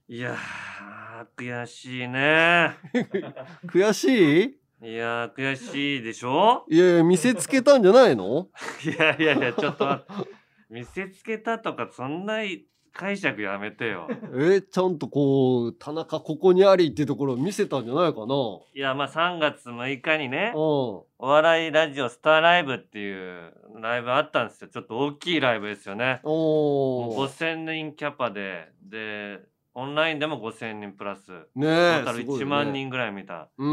いや悔しいね。 悔しい？ いや悔しいでしょ。 いやいや、見せつけたんじゃないの？ いやいやいや、ちょっと見せつけたとかそんな解釈やめてよ。 ちゃんとこう田中ここにありっていうところを見せたんじゃないかな。 いやまあ3月6日にね、 うん。 お笑いラジオスターライブっていうライブあったんですよ。ちょっと大きいライブですよね。もうおー。 5000人キャパで、オンラインでも5000人プラス、トねータル1 すごいよね。 万人ぐらい見た。 うん。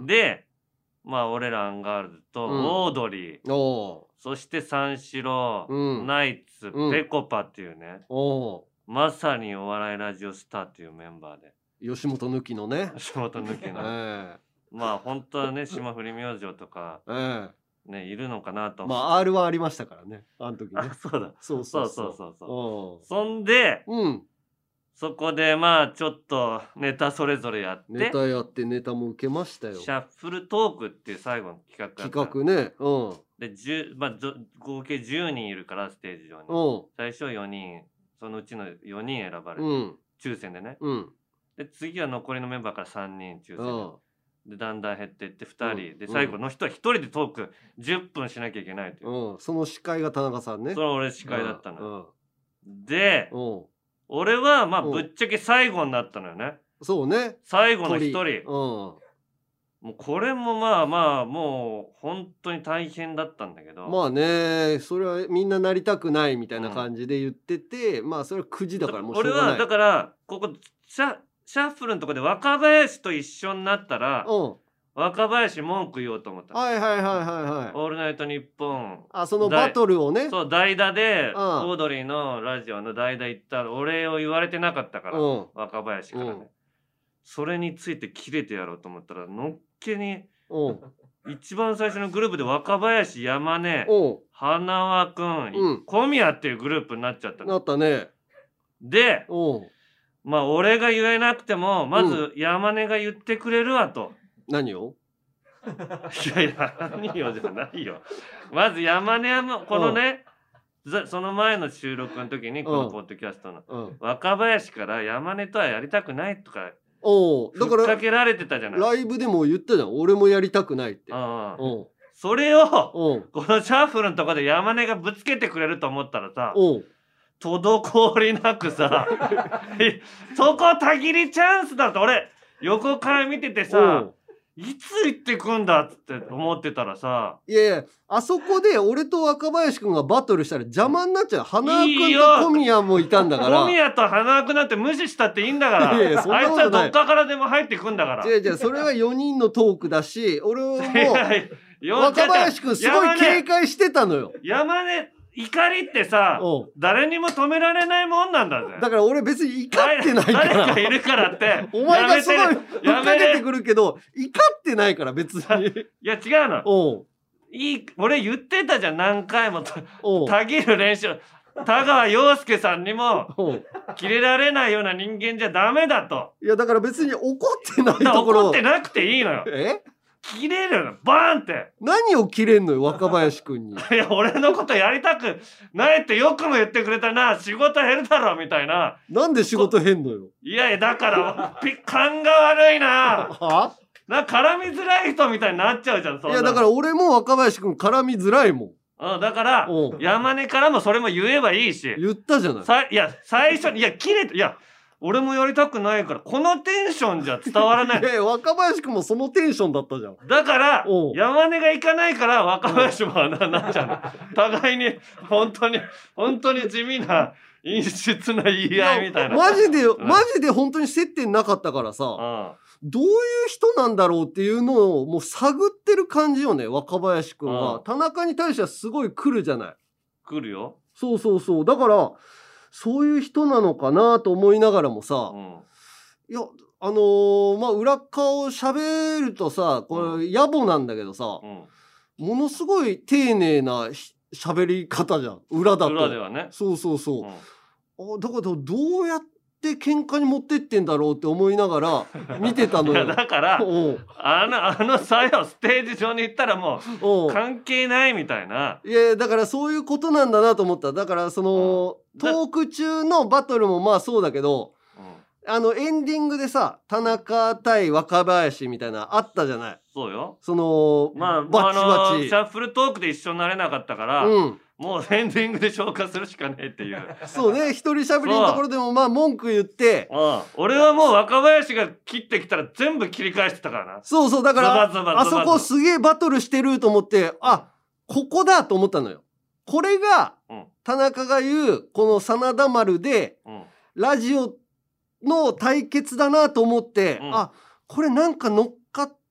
で、まあ俺らアンガールズうんとオードリー、 おそして三四郎、 うんナイツ、 うんぺこぱっていうね、 おまさにお笑いラジオスターっていうメンバーで、 吉本抜きのね。 仕事抜きの。 えまあ本当はね、霜降り明星とかえね、いるのかなとま思あ R はありましたからね、あの時ね。 あ、そうだ。 そうそそううそうそうそそんで、 う。うん。 そこでまあちょっとネタそれぞれやって、 ネタやってネタも受けましたよ。 シャッフルトークっていう最後の企画があった。 企画ね。うん。 で、合計10人いるからステージ上に。 うん。 最初4人、そのうちの4人選ばれて、 うん。 抽選でね。 うん。 で、次は残りのメンバーから3人抽う選ん。 で。で、だんだん減っていって2人。で、 うん最後の人は1人でトーク10分しなきゃいけないという。 うん。その司会が田中さんね。 それは俺司会だったのうよ。 ん。 で、 うん。 俺はまあうんぶっちゃけ最後になったのよね。 そうね。 最後の1 鳥。 人。 うん。 もうこれもまあまあもう本当に大変だったんだけど。 まあね、それはみんななりたくないみたいな感じで言ってて、まあそれはくじだからもうしょう俺がない。 はだからここシャッフルのとこで若林と一緒になったら、 うん。 若林文句言おうと思った。 はいはいはいはいはい。 オールナイトニッポン。 あ、そのバトルをね。 そう、代打で、 うんオードリーのラジオの代打行ったら、お礼を言われてなかったから、 うん若林からね、 うんそれについて切れてやろうと思ったら、のっけに、 うん一番最初のグループで若林、山根、 うん花輪くん、 うん小宮っていうグループになっちゃったの。 なったね。 で、 うんまあ俺が言えなくても、まず山根が言ってくれるわと。 何を？ いやいや、何よじゃないよ。まず山根はもうこのね、その前の収録の時にこのポッドキャストの、 うん若林から山根とはやりたくないとかおだかふっからけられてたじゃない。 ライブでも言ったじゃん。俺もやりたくないって。 うんうんそれをうんこのシャッフルのとこで山根がぶつけてくれると思ったらさ、 うん滞りなくさそこたぎりチャンスだと俺横から見ててさ、いつ行ってくんだっつって思ってたらさ、 いやいや、あそこで俺と若林くんがバトルしたら邪魔になっちゃう。花輪くんいいよと小宮もいたんだから。 小宮と花輪君なんて無視したっていいんだから。 いやいやそんなことないあいつはどっかからでも入ってくんだから。 違う違う、それは4人のトークだし、俺もよ若林くんすごい警戒してたのよ。 山根怒りってさ、誰にも止められないもんなんだぜ。 だから俺別に怒ってないから。 誰かいるからってお前がすごいふっやめてかけてくるけど、怒ってないから別に。 いや違うの。俺言ってたじゃん、何回もたぎる練習。田川陽介さんにも切れられないような人間じゃダメだと。 いやだから別に怒ってないところ。 怒ってなくていいのよ。切れるのバーンって。 何を切れんのよ若林くんに。 いや俺のことやりたくないってよくも言ってくれたな、仕事減るだろみたいな。 なんで仕事減んのよ。 いやいやだから勘が悪いな。 は絡みづらい人みたいになっちゃうじゃん。 いやだから俺も若林くん絡みづらいもん。 だから山根からもそれも言えばいいし。 言ったじゃない。 いや最初にいや切れて、いや俺もやりたくないからこのテンションじゃ伝わらない。 いやいや若林くんもそのテンションだったじゃん。 だから山根が行かないから若林もなっちゃうの。互いに本当に地味な陰湿な言い合いみたいな。 マジで本当に接点なかったからさ、どういう人なんだろうっていうのをもう探ってる感じよね、若林くんは。田中に対してはすごい来るじゃない。 来るよ。そうそう。だからそういう人なのかなと思いながらもさ、いやまあ裏側を喋るとさ、これ野暮なんだけどさ、ものすごい丁寧な喋り方じゃん、裏だと。 裏ではね。 そう。だからどうやって喧嘩に持ってってんだろうって思いながら見てたのよ。 だからあのさよステージ上に行ったらもう関係ないみたいな。 いやだからそういうことなんだなと思った。だからそのトーク中のバトルもまあそうだけど、 エンディングでさ田中対若林みたいなあったじゃない。 そうよ。 そのまあバチバチシャッフルトークで一緒になれなかったから、もうエンディングで消化するしかねえっていう。 そうね、一人しゃべりのところでもまあ文句言って、 俺はもう若林が切ってきたら全部切り返してたからな。 そうそう、だからあそこすげえバトルしてると思って、あ、ここだと思ったのよ。これが田中が言うこの真田丸でラジオの対決だなと思って、あ、これなんか乗っかって、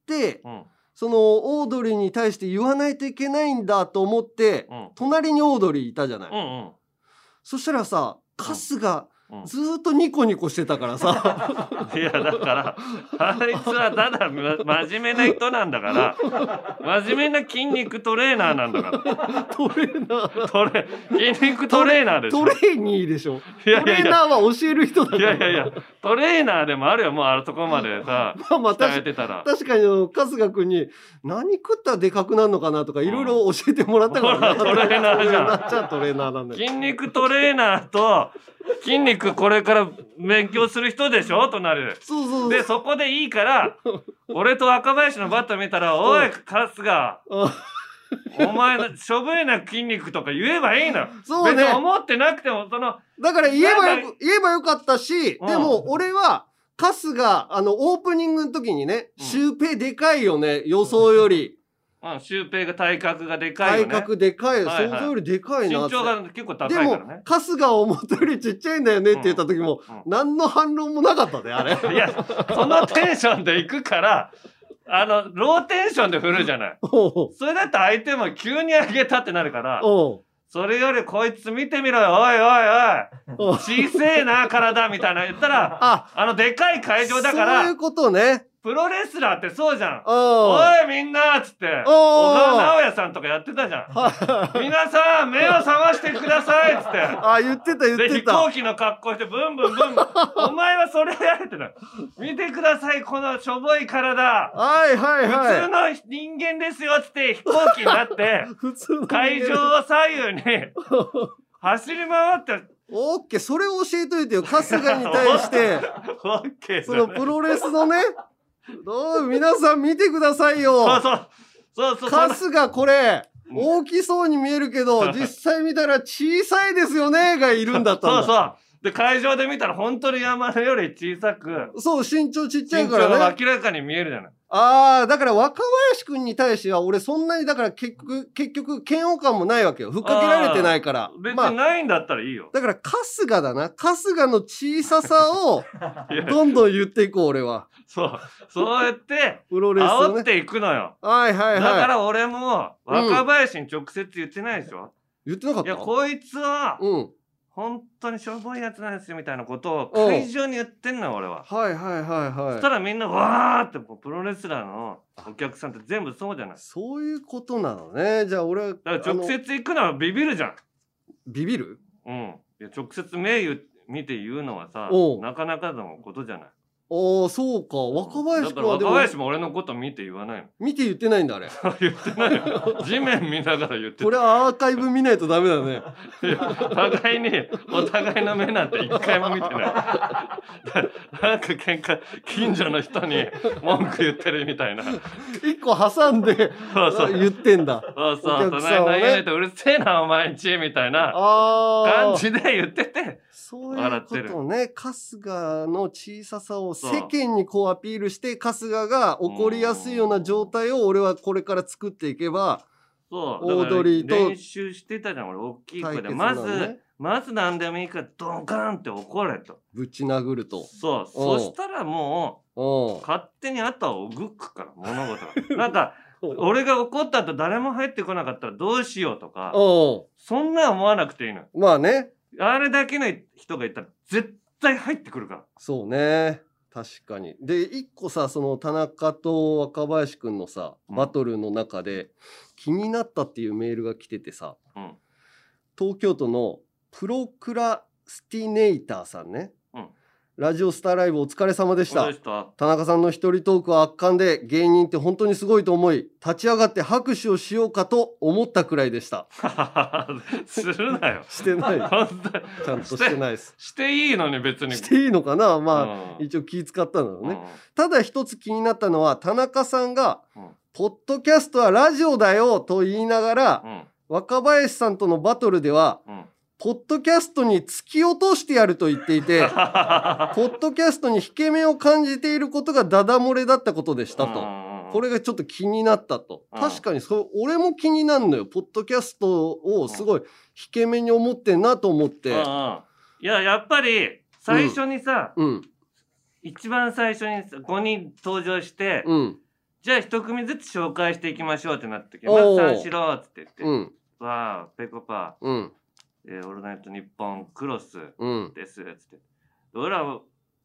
そのオードリーに対して言わないといけないんだと思って、隣にオードリーいたじゃない。そしたらさ、春日ずーっとニコニコしてたからさいやだからあいつはただ真面目な人なんだから、真面目な筋肉トレーナーなんだから。 トレーナー筋肉トレーナーでしょ。 トレーニーでしょ。トレーナーは教える人だから。 いやトレーナーでもあるよ、もうあそこまでさ鍛えてたら。 確かに春日君に何食ったらでかくなるのかなとかいろいろ教えてもらったからトレーナーじゃん。 なっちゃうトレーナーなんだよ。 筋肉トレーナーと筋肉これから勉強する人でしょ、隣で。 そうでそこでいいから俺と若林のバット見たら「おい春日お前のしょぼいな筋肉とか言えばいいの。そうね、別に思ってなくてもだから言えばよかったし、でも俺は春日オープニングの時にね、シュウペイでかいよね予想より。 シュウペイが体格がでかいよね。 体格でかい、想像よりでかいな。 身長が結構高いからね。 でも春日は思ったよりちっちゃいんだよねって言った時も何の反論もなかったねあれ。 いやそのテンションでいくからローテンションで振るじゃない。それだと相手も急に上げたってなるから、それよりこいつ見てみろよ、おいおいおい小せえな体みたいな言ったら、でかい会場だから。 そういうことね。 プロレスラーってそうじゃん。おいみんなっつって小川直也さんとかやってたじゃん。皆さん目を覚ましてくださいっつって。 言ってた。 で飛行機の格好してブンブンブンブン。お前はそれやれてない。見てくださいこのしょぼい体。普通の人間ですよっつって飛行機になって会場を左右に走り回って。 オッケー、それを教えといてよ春日に対してそのプロレスのね皆さん見てくださいよ。春日これ大きそうに見えるけど実際見たら小さいですよねがいるんだったんだ。 で会場で見たら本当に山のより小さく、 そう身長ちっちゃいからね。 身長が明らかに見えるじゃない。 だから若林くんに対しては俺そんなにだから結局嫌悪感もないわけよ。ふっかけられてないから。 別にないんだったらいいよ。 だから春日だな。春日の小ささをどんどん言っていこう俺は。 そうやってプロレスをね煽っていくのよ。だから俺も若林に直接言ってないでしょ。 言ってなかった。 いやこいつは本当にしょぼいやつなんですよみたいなことを会場に言ってんのよ俺は。そしたらみんなわーってプロレスラーのお客さんって全部そうじゃない。 そういうことなのね。じゃあ俺はだから直接行くのはビビるじゃん。 ビビる？ いや直接見て言うのはさなかなかのことじゃない。 そうか。若林君はでも若林も俺のこと見て言わないの。 見て言ってないんだあれ。 言ってないよ。地面見ながら言ってこれはアーカイブ見ないとダメだね。 お互いの目なんて一回も見てない。なんか近所の人に文句言ってるみたいな。 一個挟んで言ってんだ。 隣の家でうるせえなお前んちみたいな感じで言ってて。 そういうことね。春日の小ささを世間にこうアピールして春日が怒りやすいような状態を俺はこれから作っていけば、 オードリーと練習してたじゃん俺大きい声で、まず何でもいいからドカンって怒れとぶち殴ると。 そしたらもう勝手にあとはおぐくから物事がなんか俺が怒った後誰も入ってこなかったらどうしようとかそんな思わなくていいの。 まあね、 あれだけの人がいたら絶対入ってくるから。 そうね、確かに。で一個さ、その田中と若林くんのさバトルの中で気になったっていうメールが来ててさ、東京都のプロクラスティネイターさんね、 ラジオスターライブお疲れ様でした。 そうでした。 田中さんの一人トークは圧巻で、芸人って本当にすごいと思い、立ち上がって拍手をしようかと思ったくらいでした。 するなよ。 してない。 本当ちゃんとしてないです。 していいのに別に。 していいのかな、まあ、一応気遣ったんだろうね。ただ一つ気になったのは、田中さんが、ポッドキャストはラジオだよと言いながら、若林さんとのバトルでは、ポッドキャストに突き落としてやると言っていて、ポッドキャストに引け目を感じていることがダダ漏れだったことでしたと。これがちょっと気になったと。確かに俺も気になるのよ。ポッドキャストをすごい引け目に思ってんなと思って。 いや、やっぱり最初にさ、一番最初に5人登場して、じゃあ一組ずつ紹介していきましょうってなってまず三四郎っつって言って、わー、ぺこぱ、オールナイトニッポンクロスですっつって、俺ら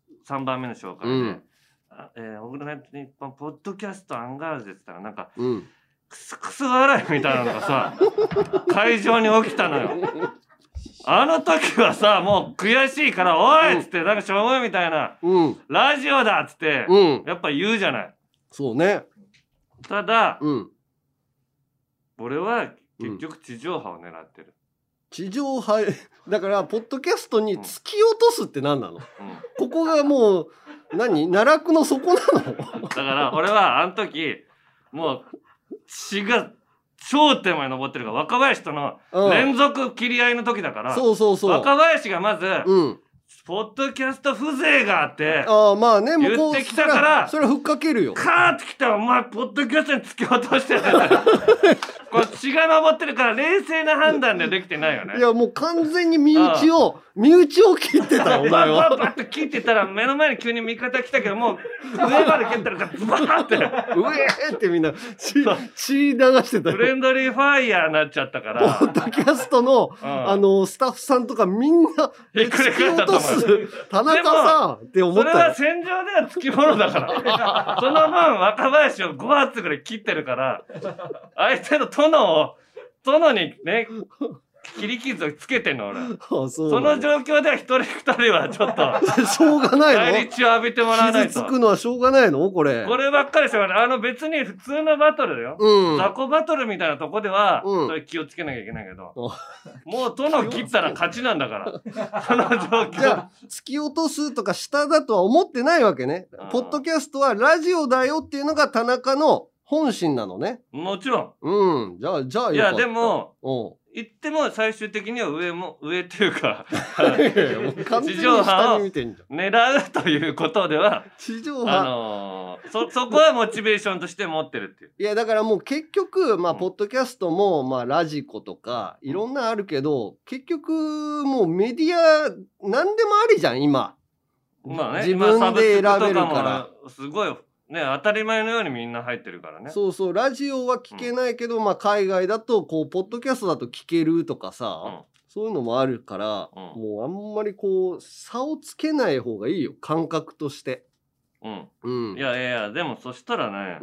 3番目の紹介で、オールナイトニッポンポッドキャストアンガールズって言ったらなんか、クス笑いみたいなのがさ会場に起きたのよ。あの時はさもう悔しいから「おい!」っつってなんかしょうもいみたいな「ラジオだ!」っつってやっぱ言うじゃない。 そうね。 ただ俺は結局地上波を狙ってる。 地上波だからポッドキャストに突き落とすって何なの？ここがもう奈落の底なの？ だから俺はあの時もう血が頂点まで登ってるから若林との連続切り合いの時だから、若林がまずポッドキャスト風情があってまあね言ってきたからそれはふっかけるよ。 カーってきたらお前ポッドキャストに突き落としてるこれ血が上ってるから冷静な判断でできてないよね。 いやもう完全に身内を切ってたよお前は。 バッと切ってたら目の前に急に味方来たけどもう上まで蹴ったらズバーって上ってみんな血流してたよ。 フレンドリーファイヤーになっちゃったからポッドキャストのスタッフさんとかみんなひっくり返ったと思う。 田中さんって思ったよ。 それは戦場ではつきものだからその分若林を5発ぐらい切ってるから相手の殿にね切り傷をつけてんの俺。その状況では一人二人はちょっとしょうがないの？ 返り血を浴びてもらわないと。 傷つくのはしょうがないの？こればっかりしょうがない。別に普通のバトルだよ。雑魚バトルみたいなとこではそれ気をつけなきゃいけないけど、もう殿切ったら勝ちなんだからその状況。 じゃあ突き落とすとか下だとは思ってないわけね。ポッドキャストはラジオだよっていうのが田中の本心なのね。 もちろん。じゃあよかった。 いやでも言っても最終的には上っていうか地上波を狙うということでは地上波そこはモチベーションとして持ってるっていう。 いやだからもう結局ポッドキャストもラジコとかいろんなあるけど結局もうメディア何でもありじゃん今。 まあね、 自分で選べるからすごいね、当たり前のようにみんな入ってるからね。 そうラジオは聞けないけど、海外だとこうポッドキャストだと聞けるとかさ、そういうのもあるから、もうあんまりこう差をつけない方がいいよ感覚として。 いやでもそしたらね、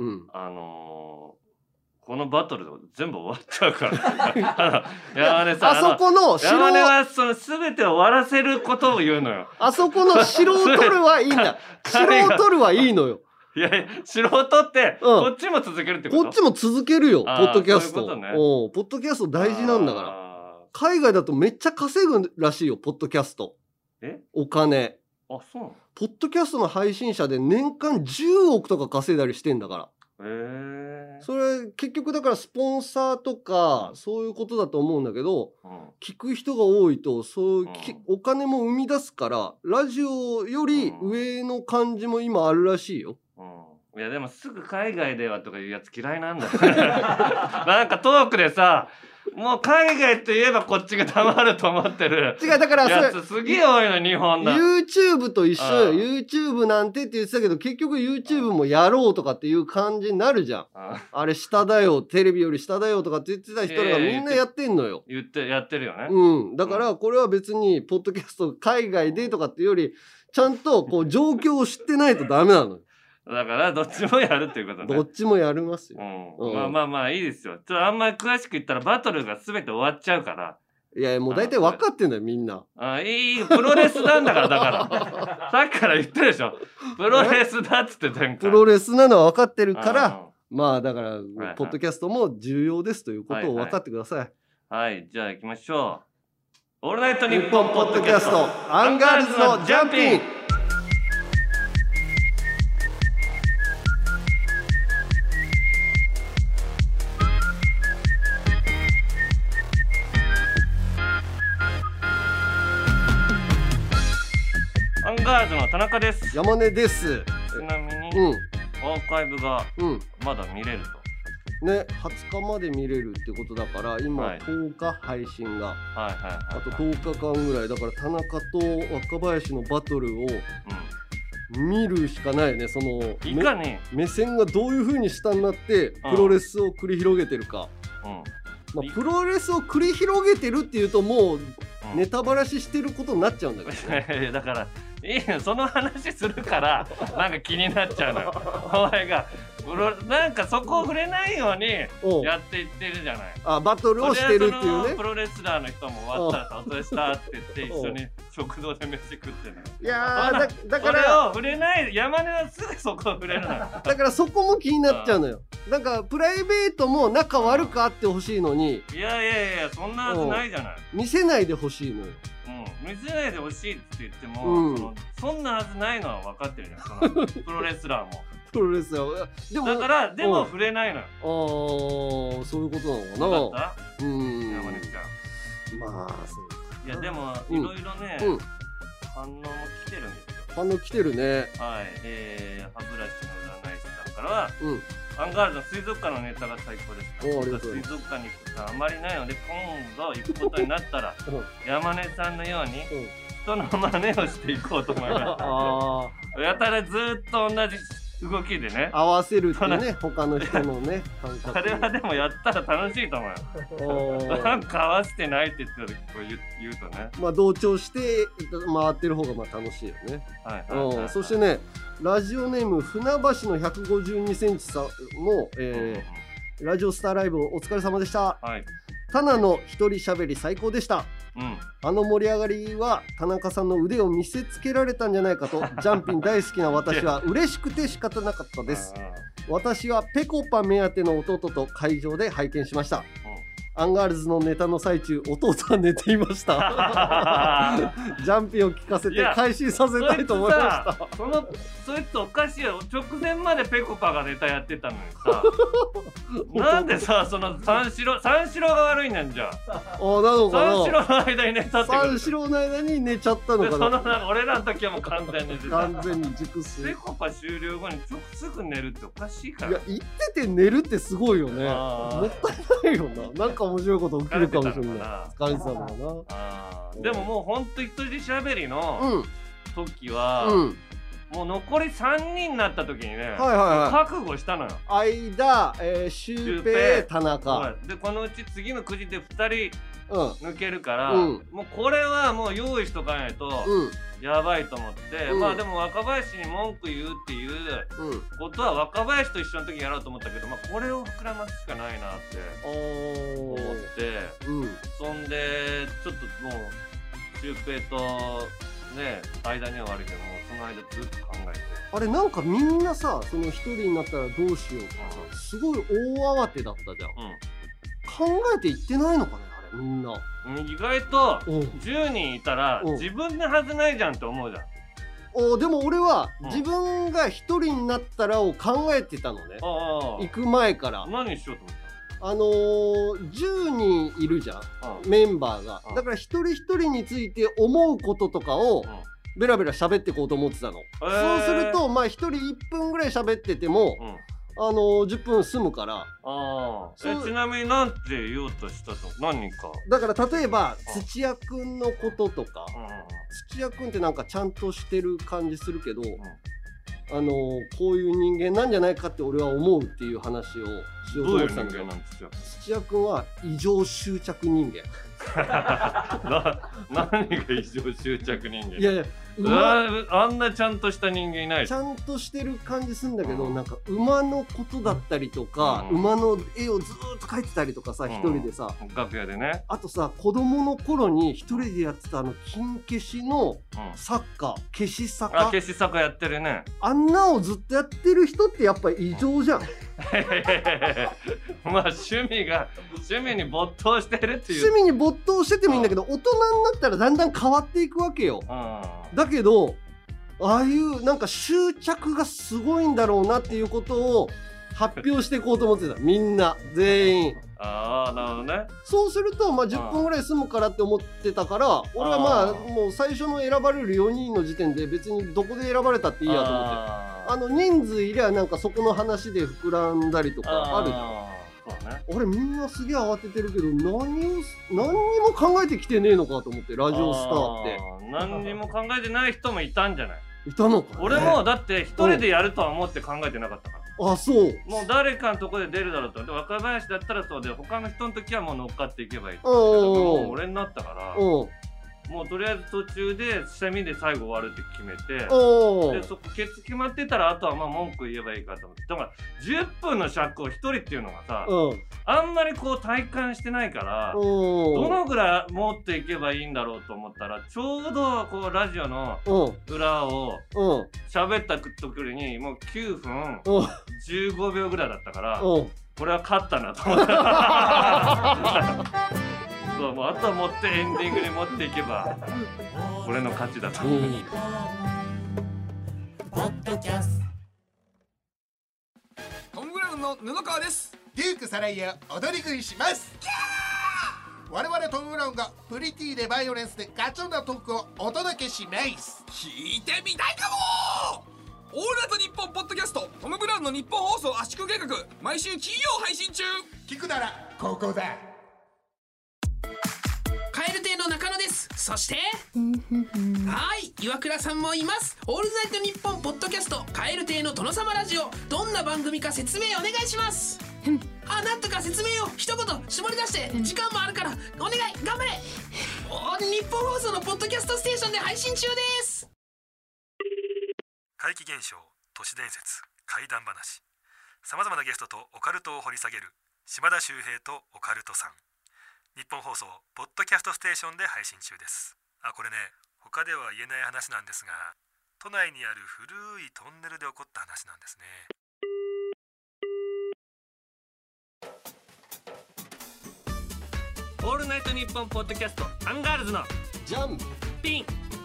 このバトル全部終わっちゃうから山根さん、 あそこの山根はその全てを終わらせることを言うのよ。 あそこの城を取るはいいんだ城を取るはいいのよ。 いや素人ってこっちも続けるってこと？ こっちも続けるよポッドキャスト。ポッドキャスト大事なんだから。海外だとめっちゃ稼ぐらしいよポッドキャスト。お金。 あ、そうなの？ ポッドキャストの配信者で年間10億とか稼いだりしてんだから。それ結局だからスポンサーとかそういうことだと思うんだけど、聞く人が多いとそうお金も生み出すからラジオより上の感じも今あるらしいよ。 いやでもすぐ海外ではとかいうやつ嫌いなんだよなんかトークでさもう海外って言えばこっちが黙ると思ってる違うだからやつすげえ多いの日本だ。 YouTube と一緒よ。 YouTube なんてって言ってたけど結局 YouTube もやろうとかっていう感じになるじゃん。あれ下だよテレビより下だよとかって言ってた人らがみんなやってんのよ。 やってるよね。 だからこれは別にポッドキャスト海外でとかっていうよりちゃんとこう状況を知ってないとダメなのよ。 だからどっちもやるっていうことね。 どっちもやりますよ。 まあいいですよ。あんまり詳しく言ったらバトルが全て終わっちゃうからいやもう大体分かってんだよみんな。 いいプロレスなんだからだからさっきから言ってるでしょプロレスだっつって前回プロレスなのは分かってるからまあだからポッドキャストも重要ですということを分かってください。 はいじゃあ行きましょう。オールナイトニッポンポッドキャストアンガールズのジャンピン。 アンガールズの田中です。 山根です。 ちなみに、アーカイブがまだ見れると、 ね、20日まで見れるってことだから今10日配信が、あと10日間ぐらいだから田中と若林のバトルを見るしかないよね。そのいかに目線がどういう風に下になってプロレスを繰り広げてるか、まあ、プロレスを繰り広げてるっていうともうネタばらししてることになっちゃうんだけど、ね、 だからその話するからなんか気になっちゃうのよお前がなんかそこを触れないようにやっていってるじゃない。 バトルをしてるっていうね。 プロレスラーの人も終わったらさ「お疲れした」って言って一緒に食堂で飯食ってる。 いやだからそれを触れない山根はすぐそこを触れるのよだからそこも気になっちゃうのよ。なんかプライベートも仲悪くあってほしいのにいやそんなはずないじゃない。 見せないでほしいのよ。 見せないでほしいって言っても、そんなはずないのは分かってるじゃんそのプロレスラーもプロレスラーでもだからでも触れないのよ。 そういうことなのかな。 分かった山根ちゃん。 まあそういやでもいろいろね、反応も来てるんですよ。 反応来てるね。 はい、歯ブラシの占い師さんからは、アンガールズの水族館のネタが最高です。水族館に行くことはあまりないので今度行くことになったら山根さんのように人の真似をしていこうと思いましたやたらずっと同じ動きでね合わせるってね他の人のね感覚。 あれはでもやったら楽しいと思うよなんか合わせてないって言って言うとねまあ同調して回ってる方がまあ楽しいよね。そしてねラジオネーム船橋の152センチさんも、ラジオスターライブお疲れ様でした。タナの一人喋り最高でした。あの盛り上がりは田中さんの腕を見せつけられたんじゃないかとジャンピン大好きな私は嬉しくて仕方なかったです。私はペコパ目当ての弟と会場で拝見しました。アンガールズのネタの最中弟は寝ていましたジャンピンを聞かせて開始させたいと思いました。 そいつおかしいよ。直前までペコパがネタやってたのにさなんでさその三四郎が悪いんなんじゃん。なのかな。 三四郎の間に寝たって三四郎の間に寝ちゃったのかな。 俺らの時はもう完全に完全に熟睡。 ペコパ終了後にすぐ寝るっておかしいから。 いや言ってて寝るってすごいよね。もったいないよな。なんか面白いこと起きるかもしれない。疲れてたのかな。 でももうほんと一人喋りの時は、もう残り3人になった時にね、覚悟したのよ。 間、シュウペイ、田中でこのうち次のくじで2人抜けるから、もうこれはもう用意しとかないとやばいと思って、まあでも若林に文句言うっていうことは若林と一緒の時にやろうと思ったけど、まあこれを膨らますしかないなって思って、そんでちょっともうシュウペイとね間には悪いけどもその間ずっと考えて、 あれなんかみんなさその一人になったらどうしようかさすごい大慌てだったじゃん。考えていってないのかねあれみんな。 意外と10人いたら自分ではずないじゃんって思うじゃん。 でも俺は自分が一人になったらを考えてたのね。行く前から。 何しようと思った？ 10人いるじゃん、メンバーが。だから一人一人について思うこととかをベラベラ喋っていこうと思ってたの。そうするとまあ一人1分ぐらい喋ってても、10分済むから。 ちなみになんて言おうとしたと何か。 だから例えば土屋くんのこととか、土屋くんってなんかちゃんとしてる感じするけど、こういう人間なんじゃないかって俺は思うっていう話をしようと思ってたんだけど、土屋くんは異常執着人間何が異常執着人間。 いやいやあんなちゃんとした人間いない。 ちゃんとしてる感じするんだけど、なんか馬のことだったりとか、馬の絵をずっと描いてたりとかさ、一人でさ、 楽屋でね。 あとさ、子供の頃に一人でやってた金消しのサッカー、消しサカ。 消しサカやってるね。 あんなをずっとやってる人ってやっぱり異常じゃん。 まあ趣味に没頭してるっていう。 趣味に没頭しててもいいんだけど、大人になったらだんだん変わっていくわけよ。だけどああいうなんか執着がすごいんだろうなっていうことを発表していこうと思ってた。みんな全員。 ああ、なるほどね。 そうするとまあ10分ぐらい済むからって思ってたから、俺はまあもう最初の選ばれる4人の時点で別にどこで選ばれたっていいやと思って、人数いりゃなんかそこの話で膨らんだりとかあるじゃん。俺みんなすげえ慌ててるけど何にも考えてきてねえのかと思って。ラジオスターって何にも考えてない人もいたんじゃない？ いたのかね。 俺もだって一人でやるとは思って考えてなかったから。 あ、そう。 もう誰かのとこで出るだろうと。で若林だったらそうで、他の人の時はもう乗っかっていけばいい。もう俺になったからもうとりあえず途中でセミで最後終わるって決めて、でそこ決まってたらあとはまあ文句言えばいいかと思って。だから10分の尺を1人っていうのがさ、あんまりこう体感してないから、どのぐらい持っていけばいいんだろうと思ったら、ちょうどこうラジオの裏を喋った時にもう9分15秒ぐらいだったから、これは勝ったなと思った。そう、もうあとは持ってエンディングに持っていけばこれの勝ちだと思う。 トム・ブラウンの布川です。 デュークサライヤ踊り食いします。我々トム・ブラウンがプリティでバイオレンスでガチョンなトークをお届けします。 聞いてみたいかも。オールナイトニッポンポッドキャストトム・ブラウンの日本放送圧縮計画、毎週金曜配信中。 聞くならここだ。 カエル亭の中野です。そしてはい岩倉さんもいます。オールナイトニッポンポッドキャストカエル亭の殿様ラジオ、どんな番組か説明お願いします。なんとか説明を一言絞り出して、時間もあるからお願い頑張れ。日本放送のポッドキャストステーションで配信中です。 怪奇現象、都市伝説、怪談話、さまざまなゲストとオカルトを掘り下げる島田秀平とオカルトさん。日本放送ポッドキャストステーションで配信中です。これね、他では言えない話なんですが、都内にある古いトンネルで起こった話なんですね。 オールナイトニッポンポッドキャストアンガールズのジャンピン。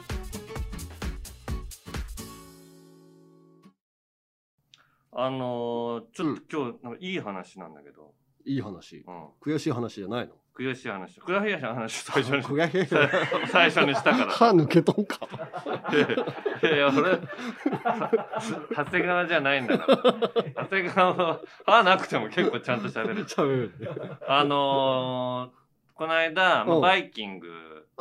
ちょっと今日なんかいい話なんだけど。 いい話、悔しい話じゃないの？ 悔しい話最初に最初にしたから。 歯抜けとんか。 いや俺長谷川じゃないんだから。長谷川は歯なくても結構ちゃんと喋る。この間バイキング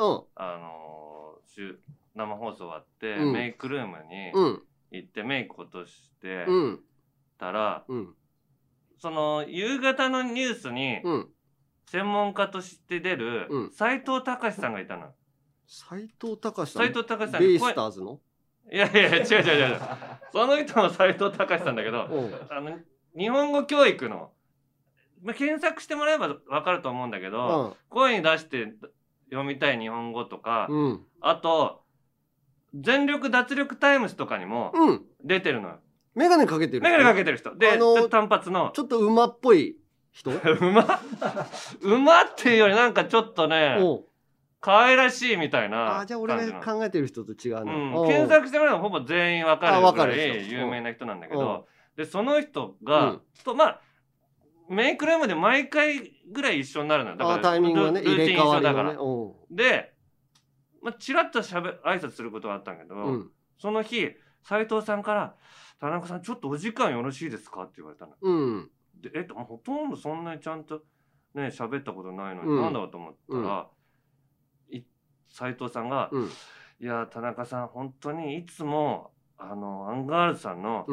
生放送終わってメイクルームに行ってメイク落としてたら、その夕方のニュースに専門家として出る斉藤隆さんがいたの。 斉藤隆さん。 斉藤隆さん。 ベイスターズの？ いや違う。その人も斉藤隆さんだけど、日本語教育の検索してもらえば分かると思うんだけど、声に出して読みたい日本語とか、あと全力脱力タイムズとかにも出てるのよ。 メガネかけてる人。 メガネかけてる人で、単発のちょっと馬っぽい人。 馬っていうよりなんかちょっとね可愛らしいみたいな。 じゃあ俺が考えてる人と違うね。 検索してもらえばほぼ全員わかるぐらい有名な人なんだけど、でその人がまあメイクルームで毎回ぐらい一緒になるのよ。だからタイミングがね入れ替わりだから。 でチラッと挨拶することがあったんだけど、その日斉藤さんから「田中さんちょっとお時間よろしいですか?」って言われたの。でほとんどそんなにちゃんとね喋ったことないのになんだろうと思ったら、斉藤さんが「いや田中さん本当にいつもアンガールズさんの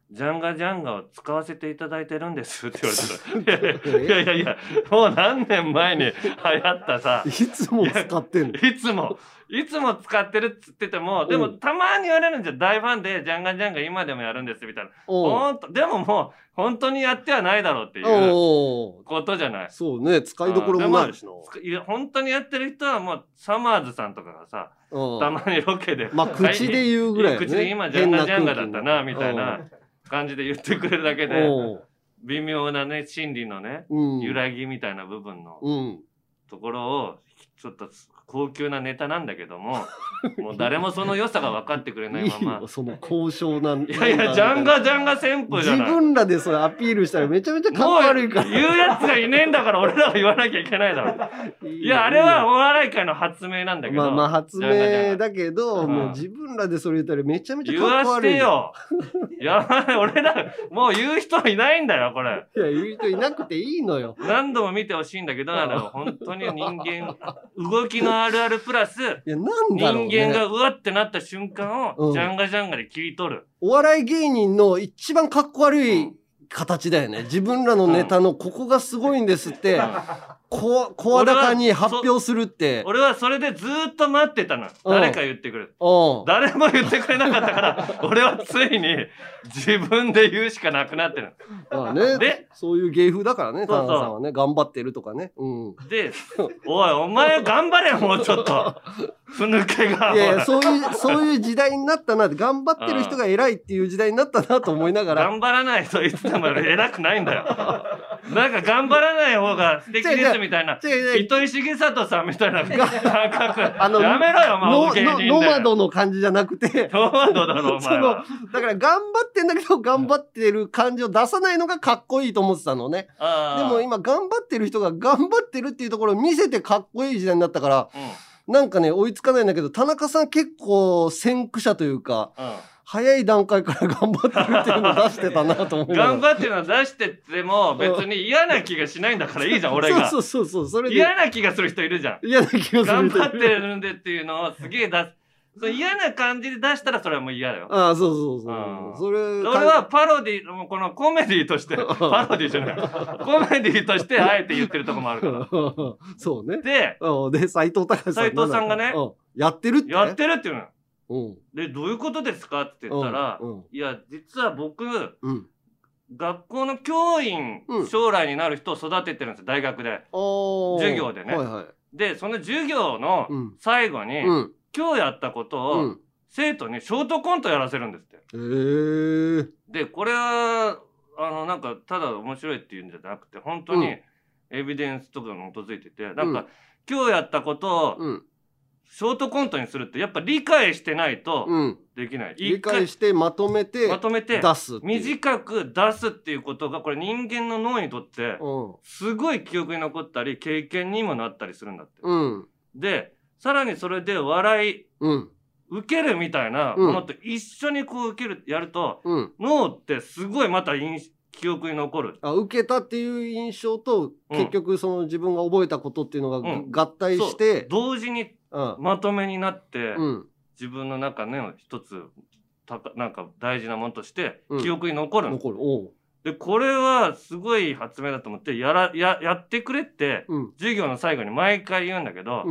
ジャンガジャンガを使わせていただいてるんですって言われたらいやいやもう何年前に流行ったさいつも使ってんの。 いつも使ってるっつっててもでもたまに言われるんじゃ大ファンでジャンガジャンガ今でもやるんですみたいなでももう本当にやってはないだろうっていうことじゃない。 そうね、使いどころもないしな。 いや本当にやってる人はもうサマーズさんとかがさたまにロケでまあ口で言うぐらいね。 口で今ジャンガジャンガだったなみたいな感じで言ってくれるだけで微妙なね心理のね揺らぎみたいな部分のところをちょっと高級なネタなんだけどももう誰もその良さが分かってくれないままその高尚な。 いやいやジャンガジャンガ旋風じゃない。 自分らでそれアピールしたらめちゃめちゃかっこ悪いから。 言うやつがいねえんだから俺らが言わなきゃいけないだろ。いやあれはお笑い界の発明なんだけど。 まあ発明だけどもう自分らでそれ言ったらめちゃめちゃかっこ悪い。 言わしてよ。やばい俺らもう言う人いないんだよこれ。 いや言う人いなくていいのよ。 何度も見てほしいんだけど本当に人間動きのあるあるプラス人間がうわってなった瞬間をジャンガジャンガで切り取る。 お笑い芸人の一番かっこ悪い形だよね。自分らのネタのここがすごいんですって声高に発表するって。 俺はそれでずっと待ってたの。誰か言ってくる。誰も言ってくれなかったから俺はついに自分で言うしかなくなってる。 まあね、でそういう芸風だからね、田中さんはね、頑張ってるとかね。 で、お前頑張れよもうちょっと。ふぬけが。 いやいやそういう時代になったなって、頑張ってる人が偉いっていう時代になったなと思いながら。 頑張らないといつでも偉くないんだよ。なんか頑張らない方が素敵ですみたいな。糸井重里さんみたいな感覚。やめろよもう芸人で。 ノマドの感じじゃなくて。 ノマドだろお前は。 だから頑張ってんだけど頑張ってる感じを出さないのがかっこいいと思ってたのね。でも今頑張ってる人が頑張ってるっていうところを見せてかっこいい時代になったから、なんかね追いつかないんだけど、田中さん結構先駆者というか、早い段階から頑張ってるっていうのを出してたなと思いながら。 頑張ってるの出してても別に嫌な気がしないんだからいいじゃん俺が。 そうそれで嫌な気がする人いるじゃん。 嫌な気がする人頑張ってるんでっていうのをすげえ出す。嫌な感じで出したらそれはもう嫌だよ。 ああそうそれ俺はパロディこのコメディとしてパロディじゃないコメディとしてあえて言ってるとこもあるから。 そうね。 で斉藤隆さんがねやってるっていうの。でどういうことですかって言ったら、いや実は僕学校の教員将来になる人を育ててるんですよ大学で授業でね。でその授業の最後に今日やったことを生徒にショートコントやらせるんですって。でこれはなんかただ面白いっていうんじゃなくて本当にエビデンスとかに基づいてて、なんか今日やったことをショートコントにするってやっぱ理解してないとできない。 理解してまとめて出す。 短く出すっていうことがこれ人間の脳にとってすごい記憶に残ったり経験にもなったりするんだって。でさらにそれで笑い受けるみたいなものと一緒にこう受けるやると脳ってすごいまた記憶に残る。 受けたっていう印象と結局その自分が覚えたことっていうのが合体して同時にまとめになって自分の中の一つなんか大事なものとして記憶に残る。でこれはすごい発明だと思ってやってくれって授業の最後に毎回言うんだけど。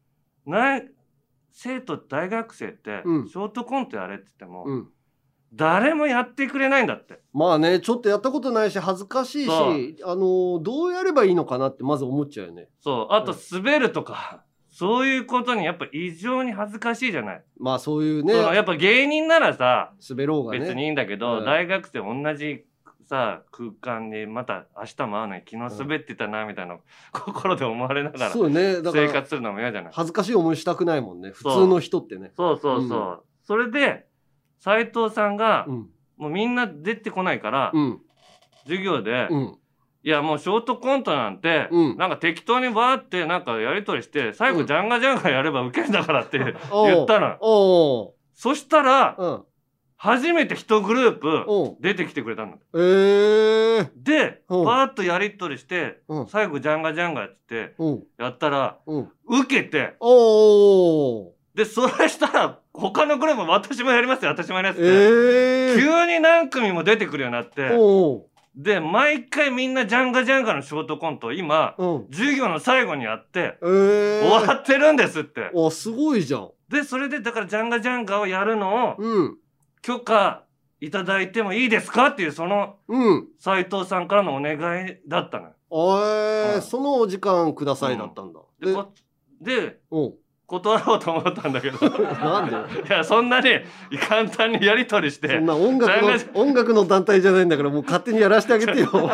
生徒大学生ってショートコントやれって言っても誰もやってくれないんだって。 まあねちょっとやったことないし恥ずかしいしどうやればいいのかなってまず思っちゃうよね。 そうあと滑るとかそういうことにやっぱ異常に恥ずかしいじゃない。 まあそういうねやっぱ芸人ならさ滑ろうがね別にいいんだけど大学生同じさ空間にまた明日も会うのに昨日滑ってたなみたいな心で思われながら生活するのも嫌じゃない。 恥ずかしい思いしたくないもんね普通の人ってね。 そうそれで斉藤さんがもうみんな出てこないから授業でいやもうショートコントなんてなんか適当にバーってなんかやり取りして最後ジャンガジャンガやればウケんだからって言ったの。そしたら初めて一グループ出てきてくれたんだ。でバーッとやり取りして最後ジャンガジャンガやってやったら受けてでそれしたら他のグループも私もやりますよ私もやりますって急に何組も出てくるようになって、で毎回みんなジャンガジャンガのショートコントを今、授業の最後にやって、終わってるんですって。 すごいじゃん。 でそれでだからジャンガジャンガをやるのを、許可いただいてもいいですかっていうその斉藤さんからのお願いだったのよ。 そのお時間くださいだったんだ。 で断ろうと思ったんだけどなんで？ いやそんなに簡単にやり取りしてそんな音楽の団体じゃないんだからもう勝手にやらせてあげてよ。ジャ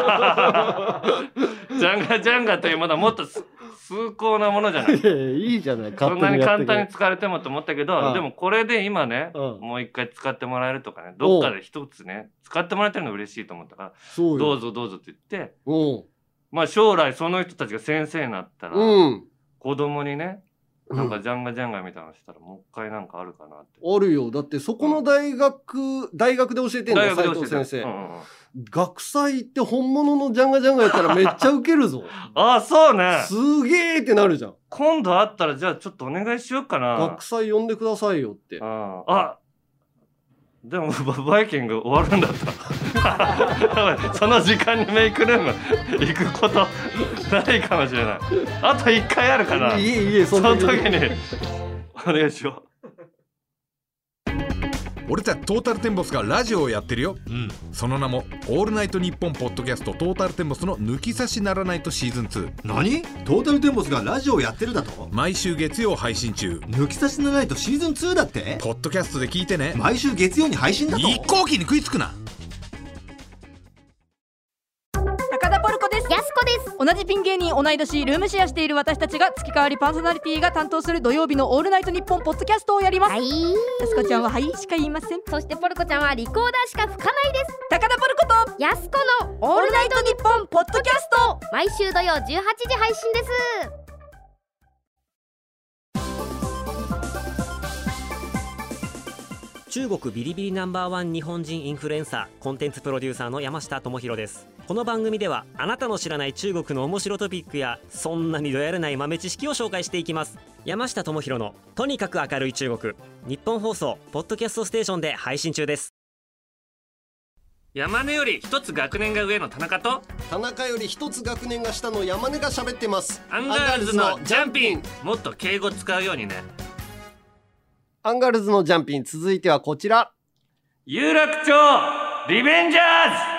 ンガジャンガというものはもっと崇高なものじゃない。 いいじゃない。 そんなに簡単に使われてもと思ったけど、でもこれで今ね、もう一回使ってもらえるとかね、どっかで一つね使ってもらえてるの嬉しいと思ったからどうぞどうぞって言って、まあ将来その人たちが先生になったら、子供にねなんかジャンガジャンガみたいなのしたらもう一回なんかあるかなって。 あるよ。だってそこの大学で教えてんだよ斉藤先生。学祭って本物のジャンガジャンガやったらめっちゃウケるぞ。 そうね。 すげーってなるじゃん。 今度会ったらじゃあちょっとお願いしようかな。 学祭呼んでくださいよって。 でもバイキング終わるんだった。その時間にメイクルーム行くことないかもしれない。あと1回あるかな。 いいその時にお願いしよう。 俺たちトータルテンボスがラジオをやってるよ、その名もオールナイトニッポンポッドキャストトータルテンボスの抜き差しならないとシーズン2。 何？トータルテンボスがラジオをやってるだと？ 毎週月曜配信中。 抜き差しならないとシーズン2だって？ ポッドキャストで聞いてね。 毎週月曜に配信だと？ 一向機に食いつくな。 高田ポルコです。 やすこです。 同じピン芸人同い年ルームシェアしている私たちが月替わりパーソナリティが担当する土曜日のオールナイトニッポンポッドキャストをやります。やすこちゃんははいしか言いません。 そしてポルコちゃんはリコーダーしか吹かないです。 高田ポルコとやすこのオールナイトニッポンポッドキャスト、 毎週土曜18時配信です。 中国ビリビリNo.1日本人インフルエンサーコンテンツプロデューサーの山下智博です。この番組ではあなたの知らない中国の面白トピックやそんなにどやれない豆知識を紹介していきます。山下智博のとにかく明るい中国、日本放送ポッドキャストステーションで配信中です。 山根より一つ学年が上の田中と田中より一つ学年が下の山根が喋ってます。 アンガールズのジャンピン。もっと敬語使うようにね。 アンガールズのジャンピン、続いてはこちら。 有楽町リベンジャ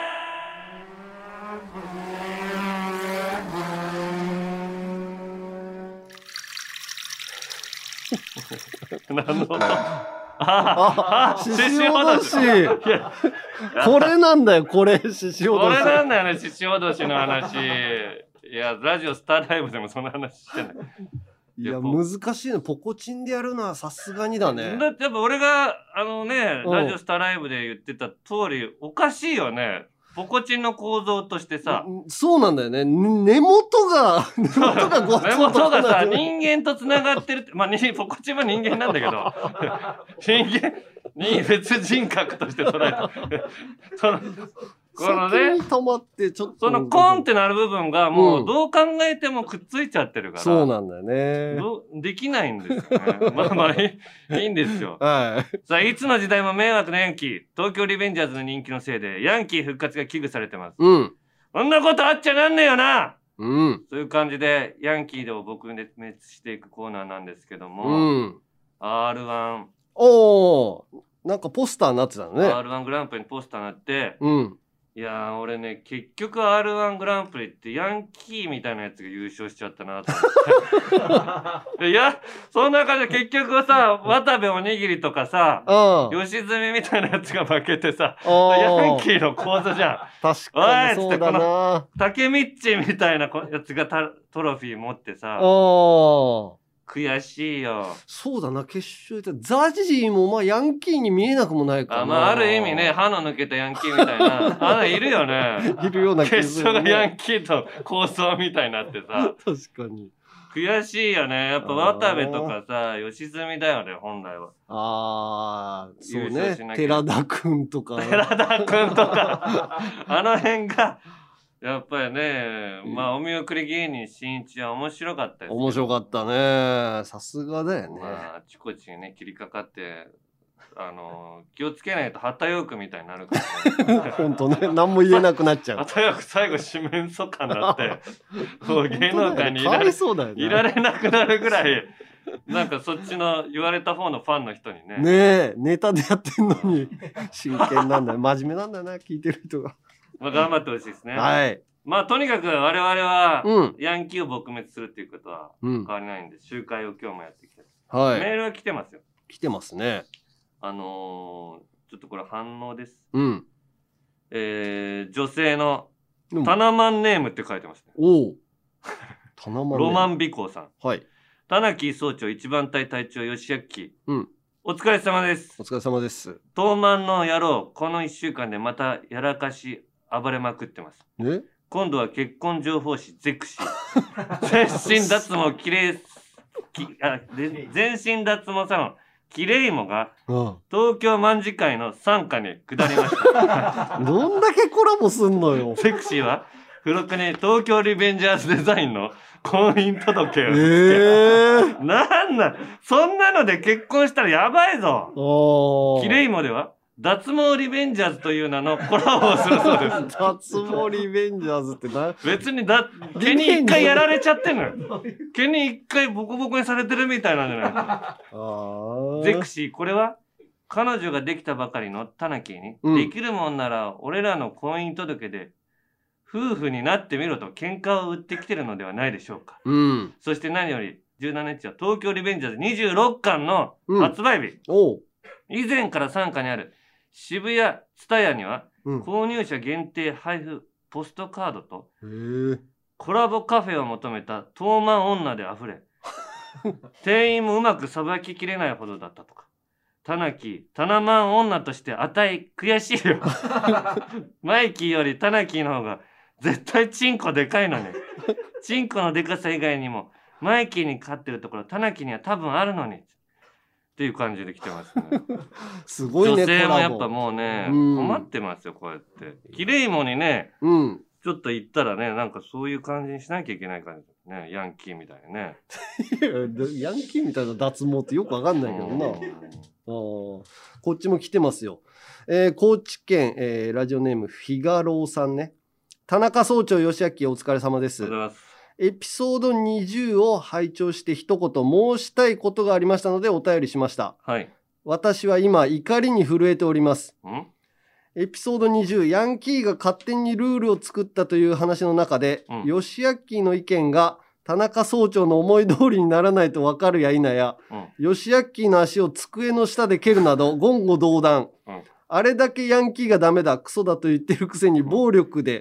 ーズ。なるほど。 獅子おどし。これなんだよ、これ獅子おどし。 これなんだよね、獅子おどしの話。いや、ラジオスターライブでもその話してない。 いや難しいね。ポコチンでやるのはさすがにだね。 だってやっぱ俺がラジオスターライブで言ってた通りおかしいよね。ポコチンの構造としてさ。 そうなんだよね。根元が根元がさ人間とつながってるって。まあポコチンは人間なんだけど人間に別人格として捉えてこのね、そのコンってなる部分がもうどう考えてもくっついちゃってるから、 そうなんだよね。 できないんですよね。まあまあいいんですよ。さあいつの時代も迷惑なヤンキー、東京リベンジャーズの人気のせいでヤンキー復活が危惧されてます。そんなことあっちゃなんねえよな。そういう感じでヤンキーでを撲滅していくコーナーなんですけども、R1 なんかポスターになってたのね。 R1 グランプリにポスターになって、いやー俺ね結局 R1 グランプリってヤンキーみたいなやつが優勝しちゃったなと思っていやその中で結局さ渡部おにぎりとかさ吉住みたいなやつが負けてさヤンキーの構図じゃん。 確かにそうだな。 竹ミッチみたいなやつがトロフィー持ってさ悔しいよ。 そうだな、決勝でザジーもまあヤンキーに見えなくもないかな。 まあある意味ね、歯の抜けたヤンキーみたいないるよね。 いるような気がする、ね。決勝がヤンキーと構想みたいになってさ。 確かに。 悔しいよね。やっぱ渡部とかさ、吉住だよね、本来は。そうね。寺田くんとか。 寺田くんとか。あの辺がやっぱりね、まあお見送り芸人しんいちは面白かったです。 面白かったね。さすがだよね。 まああちこちにね切りかかって気をつけないと旗ヨークみたいになるからね。 本当ね、何も言えなくなっちゃう。 旗ヨーク最後四面楚歌になってもう芸能界にいられなくなるぐらいなんかそっちの言われた方のファンの人にね。 ねえ、ネタでやってんのに真剣なんだよ。真面目なんだよな、聞いてる人が。 まあ頑張ってほしいですね。 はい。 まあとにかく我々はヤンキーを撲滅するっていうことは変わりないんで、集会を今日もやってきて、はい、メールは来てますよ。 来てますね。 ちょっとこれ反応です。 うん。 女性のタナマンネームって書いてますね。 おお。タナマン。 ロマン美子さん。 はい。 田中総長一番隊隊長吉明。 うん。 お疲れ様です。 お疲れ様です。 東漫の野郎、この1週間でまたやらかし暴れまくってます。 え？ 今度は結婚情報誌ゼクシー。全身脱毛きれい、全身脱毛サロン。キレイモが東京卍会の傘下に下りましたどんだけコラボすんのよ。 セクシーは付録に東京リベンジャーズデザインの婚姻届をつけ、なんだそんなので結婚したらやばいぞ。キレイモでは脱毛リベンジャーズという名のコラボをするそうです。 脱毛リベンジャーズってな、 別に毛に一回やられちゃってんのよ。毛に一回ボコボコにされてるみたいなんじゃないゼクシー、これは彼女ができたばかりのタナキーに、できるもんなら俺らの婚姻届で夫婦になってみろと喧嘩を売ってきてるのではないでしょうか。そして何より17日は東京リベンジャーズ26巻の発売日。以前から傘下にある渋谷ツタヤには、購入者限定配布ポストカードとコラボカフェを求めた東漫女であふれ店員もうまくさばききれないほどだったとか。タナマン女として悔しいよマイキーよりタナキーの方が絶対チンコでかいのにチンコのでかさ以外にもマイキーに勝ってるところタナキーには多分あるのにっていう感じで来てますね。 すごいね。 女性もやっぱもうね、困ってますよ、こうやって。キレイモにね、ちょっと言ったらね、なんかそういう感じにしなきゃいけない感じですね。ヤンキーみたいなね。 ヤンキーみたいな脱毛ってよくわかんないけどな。こっちも来てますよ。高知県、ラジオネームフィガローさんね。田中総長吉明お疲れ様です。エピソード20を拝聴して一言申したいことがありましたのでお便りしました。 はい。 私は今怒りに震えております。エピソード20、ヤンキーが勝手にルールを作ったという話の中で、吉明の意見が田中総長の思い通りにならないと分かるや否や、吉明の足を机の下で蹴るなど言語道断。あれだけヤンキーがダメだ、クソだと言ってるくせに暴力で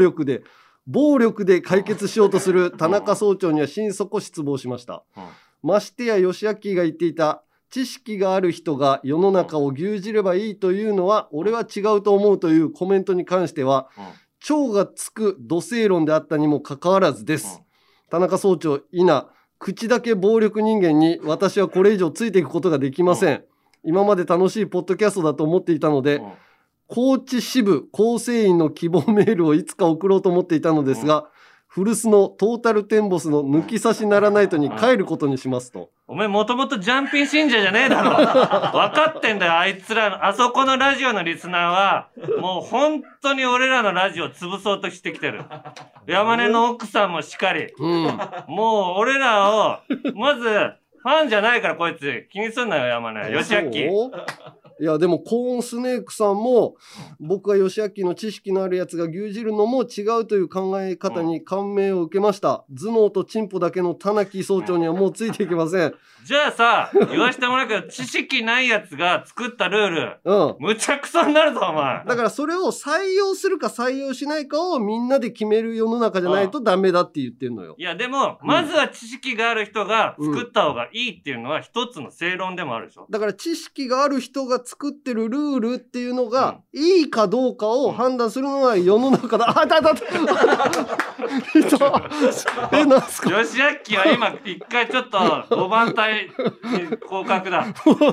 解決しようとする田中総長には心底失望しました。ましてや吉明が言っていた知識がある人が世の中を牛耳ればいいというのは俺は違うと思うというコメントに関しては超がつく土星論であったにもかかわらずです。田中総長口だけ暴力人間に私はこれ以上ついていくことができません。今まで楽しいポッドキャストだと思っていたので、高知支部構成員の希望メールをいつか送ろうと思っていたのですが、古巣のトータルテンボスの抜き差しならないとに帰ることにしますと。 お前もともとジャンピン信者じゃねえだろ。分かってんだよ、あいつらあそこのラジオのリスナーはもう本当に俺らのラジオ潰そうとしてきてる。山根の奥さんもしかり、もう俺らをまずファンじゃないからこいつ気にすんなよ、山根吉明。 いやでもコーンスネークさんも僕は吉明の知識のあるやつが牛耳るのも違うという考え方に感銘を受けました。頭脳とチンポだけの田中総長にはもうついていけません。 じゃあさ、言わしてもらうけど知識ないやつが作ったルール、むちゃくそになるぞお前。 だからそれを採用するか採用しないかをみんなで決める世の中じゃないとダメだって言ってんのよ。 いやでもまずは知識がある人が作った方がいいっていうのは一つの正論でもあるでしょ。 だから知識がある人が作ってるルールっていうのがいいかどうかを判断するのは世の中だ。 なんすか。 吉明は今一回ちょっと5番隊に降格だ。 すごい。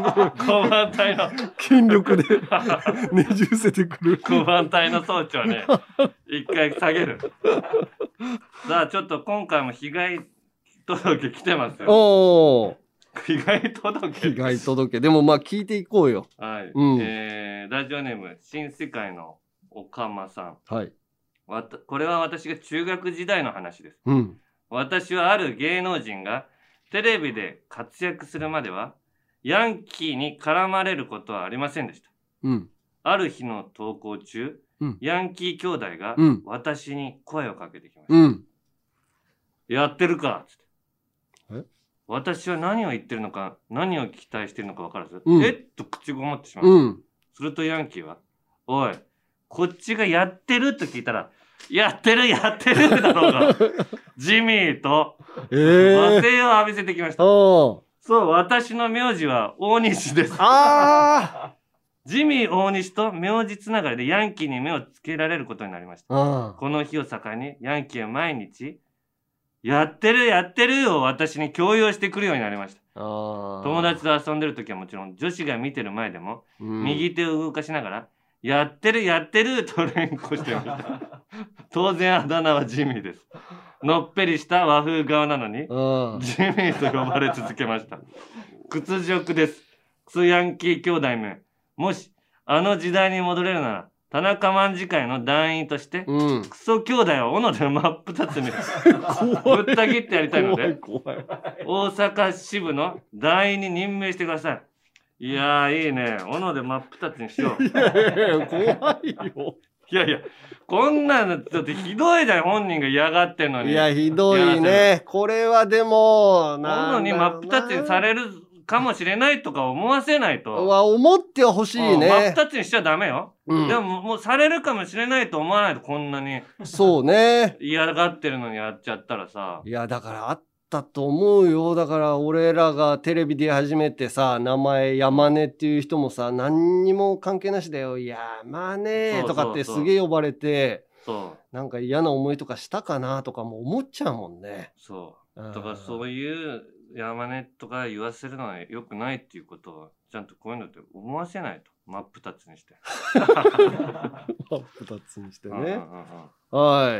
5番隊の筋力でねじ伏せてくる。 5番隊の装置をね一回下げる。さあちょっと今回も被害届来てますよ。 おー。 被害届。 被害届。でもまあ聞いていこうよ。 はい。ラジオネーム新世界のおかまさん。 はい。 これは私が中学時代の話です。 うん。 私はある芸能人がテレビで活躍するまではヤンキーに絡まれることはありませんでした。 うん。 ある日の登校中、ヤンキー兄弟が私に声をかけてきました。 うん。やってるかつって。 え？ 私は何を言ってるのか、何を期待しているのか分からず、と口ごもってしまう。するとヤンキーは、おい、こっちがやってると聞いたら、やってるだろうが、ジミーと罵声を浴びせてきました。そう、私の名字は大西です。ジミー大西と名字つながりでヤンキーに目をつけられることになりました。この日を境にヤンキーは毎日、やってるを私に強要してくるようになりました。友達と遊んでる時はもちろん女子が見てる前でも、右手を動かしながらやってると連呼してました当然あだ名はジミーです。のっぺりした和風顔なのにジミーと呼ばれ続けました。屈辱です。クソヤンキー兄弟め、もしあの時代に戻れるなら田中卍会の団員として、クソ兄弟を斧で真っ二つにぶった切ってやりたいので大阪支部の団員に任命してください。いやーいいね、斧で真っ二つにしよう。 怖いよ。 いやこんなのちょっとひどいじゃん、本人が嫌がってんのに。 いやひどいね。これはでも斧に真っ二つにされるかもしれないとか思わせないと。 思ってほしいね。 真っ二つにしちゃダメよ。でももうされるかもしれないと思わないと、こんなに。 そうね。 嫌がってるのにやっちゃったらさ。 いやだからあったと思うよ。だから俺らがテレビで始めてさ、名前山根っていう人もさ、何にも関係なしだよ、山根とかってすげえ呼ばれて、なんか嫌な思いとかしたかなとかも思っちゃうもんね。 そうだからそういう山根とか言わせるのは良くないっていうことをちゃんとこういうのって思わせないと。真っ二つにして真っ二つにしてね。はい、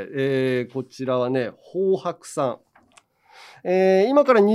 こちらはね、宝白さん。今から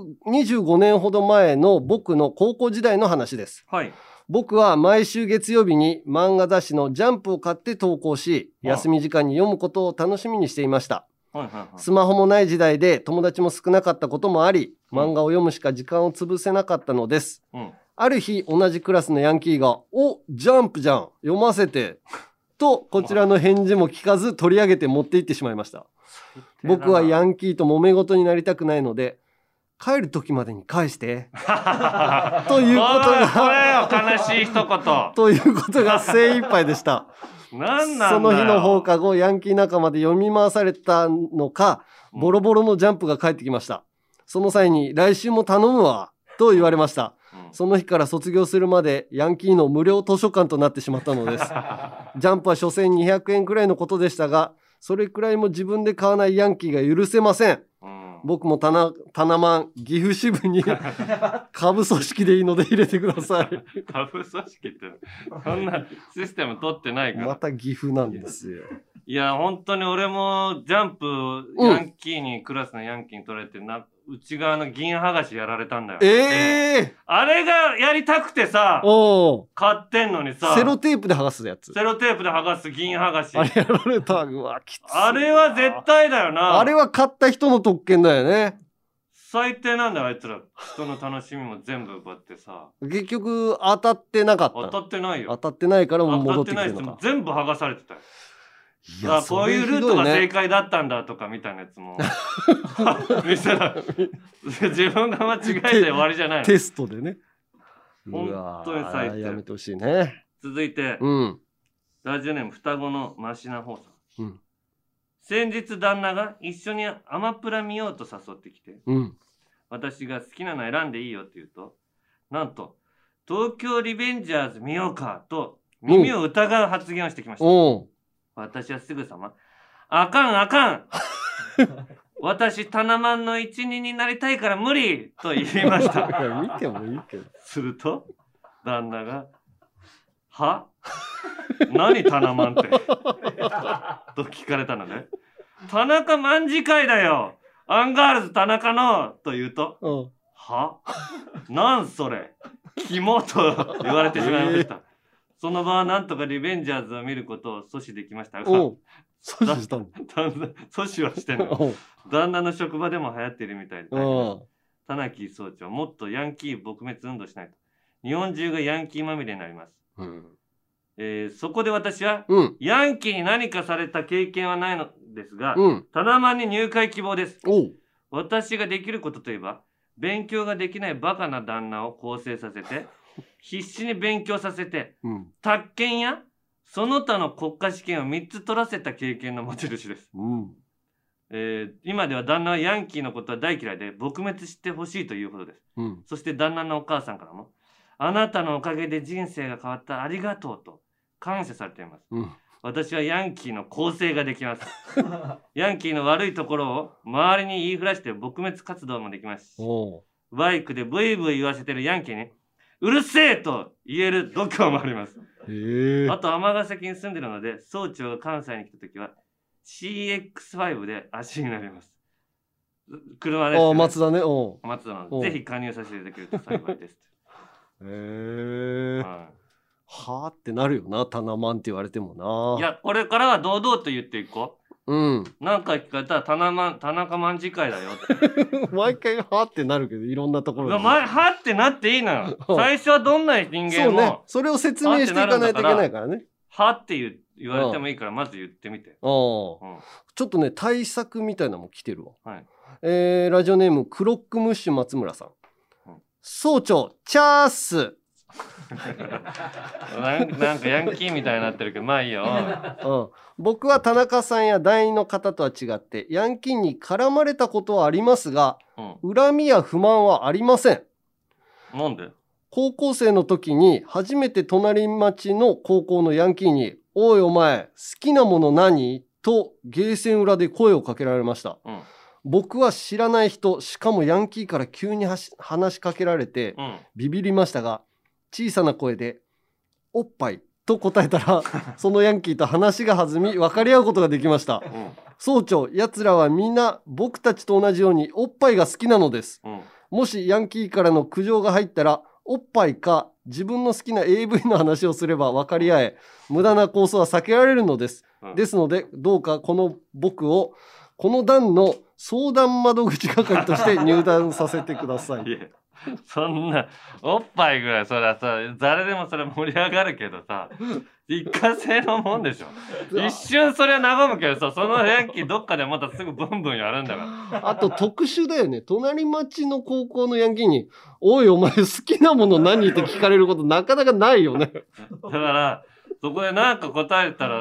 25年ほど前の僕の高校時代の話です。 はい。 僕は毎週月曜日に漫画雑誌のジャンプを買って投稿し、休み時間に読むことを楽しみにしていました。スマホもない時代で友達も少なかったこともあり、漫画を読むしか時間を潰せなかったのです。ある日、同じクラスのヤンキーが、お、ジャンプじゃん、読ませて、と、こちらの返事も聞かず取り上げて持って行ってしまいました。僕はヤンキーと揉め事になりたくないので、帰る時までに返して。ということが、 悲しい一言。 ということが精一杯でした。 なんなんだよ。 その日の放課後、ヤンキー仲間で読み回されたのか、ボロボロのジャンプが返ってきました。その際に、来週も頼むわ、と言われました。その日から卒業するまでヤンキーの無料図書館となってしまったのです。ジャンプは所詮200円くらいのことでしたが、それくらいも自分で買わないヤンキーが許せません。僕もタナマン岐阜支部に下部組織でいいので入れてください。 下部組織ってそんなシステム取ってないから。 また岐阜なんですよ。 いや本当に俺もジャンプヤンキーに、クラスのヤンキーに取られて内側の銀剥がしやられたんだよ。あれがやりたくてさ、買ってんのにさ、 セロテープで剥がすやつ。 セロテープで剥がす銀剥がし。 あれやられた。うわ、きつい。 あれは絶対だよな。 あれは買った人の特権だよね。 最低なんだよ、あいつら。人の楽しみも全部奪ってさ。 結局、当たってなかった。 当たってないよ。 当たってないから戻ってきてるのか。 当たってない人も全部剥がされてたよ。いや、こういうルートが正解だったんだとかみたいなやつも見せら自分が間違えて終わりじゃないの。 テストでね。 本当に最低。 やめてほしいね。 続いて、ラジオネーム双子のマシナホーさん。先日旦那が一緒にアマプラ見ようと誘ってきて、私が好きなの選んでいいよって言うと、なんと東京リベンジャーズ見ようかと耳を疑う発言をしてきました。私はすぐさま、 あかんあかん私タナマンの一人になりたいから無理と言いました見てもいいけど。 すると旦那がは何タナマンってと聞かれたのね。田中卍会だよアンガールズ田中のと言うと、はなんそれキモと言われてしまいました。その場はなんとかリベンジャーズを見ることを阻止できましたが、 阻止したの？ 阻止はしてんの。旦那の職場でも流行っているみたいで、田中総長もっとヤンキー撲滅運動しないと日本中がヤンキーまみれになります。そこで私は、ヤンキーに何かされた経験はないのですが、タナマンに入会希望です。私ができることといえば勉強ができないバカな旦那を更生させて必死に勉強させて、宅建やその他の国家試験を3つ取らせた経験の持ち主です。今では旦那はヤンキーのことは大嫌いで撲滅してほしいというほどです。そして旦那のお母さんからもあなたのおかげで人生が変わったありがとうと感謝されています。私はヤンキーの更生ができます。ヤンキーの悪いところを周りに言いふらして撲滅活動もできますし、バイクでブイブイ言わせてるヤンキーにうるせえと言える度胸もあります。あと尼崎に住んでるので総長が関西に来た時は CX5 で足になります。車です、ね。 松田ね。 松田のぜひ加入させていただけると幸いです。 はあってなるよな、タナマンって言われてもな。 いや、これからは堂々と言っていこう。なんか聞かれたら田中卍会だよって毎回はってなるけど、いろんなところではってなっていいのよ。最初はどんな人間もそれを説明していかないといけないからね。 はって言われてもいいからまず言ってみて。 ちょっとね、対策みたいなのも来てるわ。ラジオネームクロックムッシュ松村さん。総長チャースなんかヤンキーみたいになってるけどまあいいよ。 僕は田中さんや団員の方とは違ってヤンキーに絡まれたことはありますが、恨みや不満はありません。 なんで？ 高校生の時に初めて隣町の高校のヤンキーに「おいお前好きなもの何？」とゲーセン裏で声をかけられました。僕は知らない人、しかもヤンキーから急に話しかけられてビビりましたが、小さな声で「おっぱい」と答えたらそのヤンキーと話が弾み分かり合うことができました。総長、やつらはみんな僕たちと同じようにおっぱいが好きなのです。もしヤンキーからの苦情が入ったらおっぱいか自分の好きな AV の話をすれば分かり合え、無駄な抗争は避けられるのです。ですのでどうかこの僕をこの団の相談窓口係として入団させてください。 そんなおっぱいぐらいそれはさ誰でもそれ盛り上がるけどさ一過性のもんでしょ。一瞬それは和むけどさ、そのヤンキーどっかでまたすぐブンブンやるんだから。 あと特殊だよね。隣町の高校のヤンキーに「おいお前好きなもの何？」って聞かれることなかなかないよね。 だからそこで何か答えたら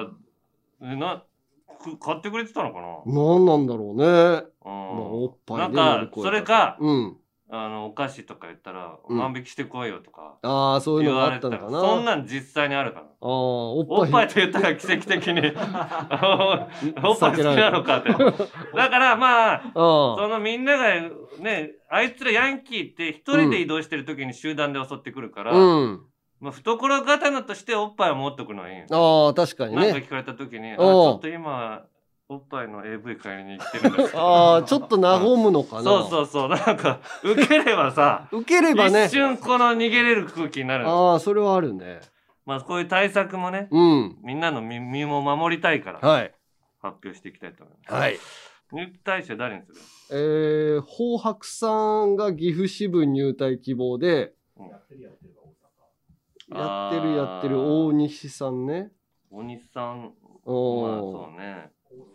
買ってくれてたのかな。 何なんだろうね。おっぱいでなんかそれか、お菓子とか言ったら万引きしてこいよとか、 そういうのがあったのかな。 そんなん実際にあるから。おっぱいと言ったら奇跡的におっぱい好きなのかって。だからまあそのみんながね、あいつらヤンキーって一人で移動してる時に集団で襲ってくるから、まあ懐刀としておっぱいを持っとくのはいいよ。 確かにね。 なんか聞かれた時にちょっと今おっぱいの AV 買いに来てるんですけどちょっと和むのかな。 そうなんか受ければさ受ければね、 一瞬この逃げれる空気になる。 それはあるね。 まあこういう対策もね、みんなの身も守りたいから発表していきたいと思います。入隊者誰にする？宝白さんが岐阜支部入隊希望で、やってる大西さんね。 大西さん、まあそうね。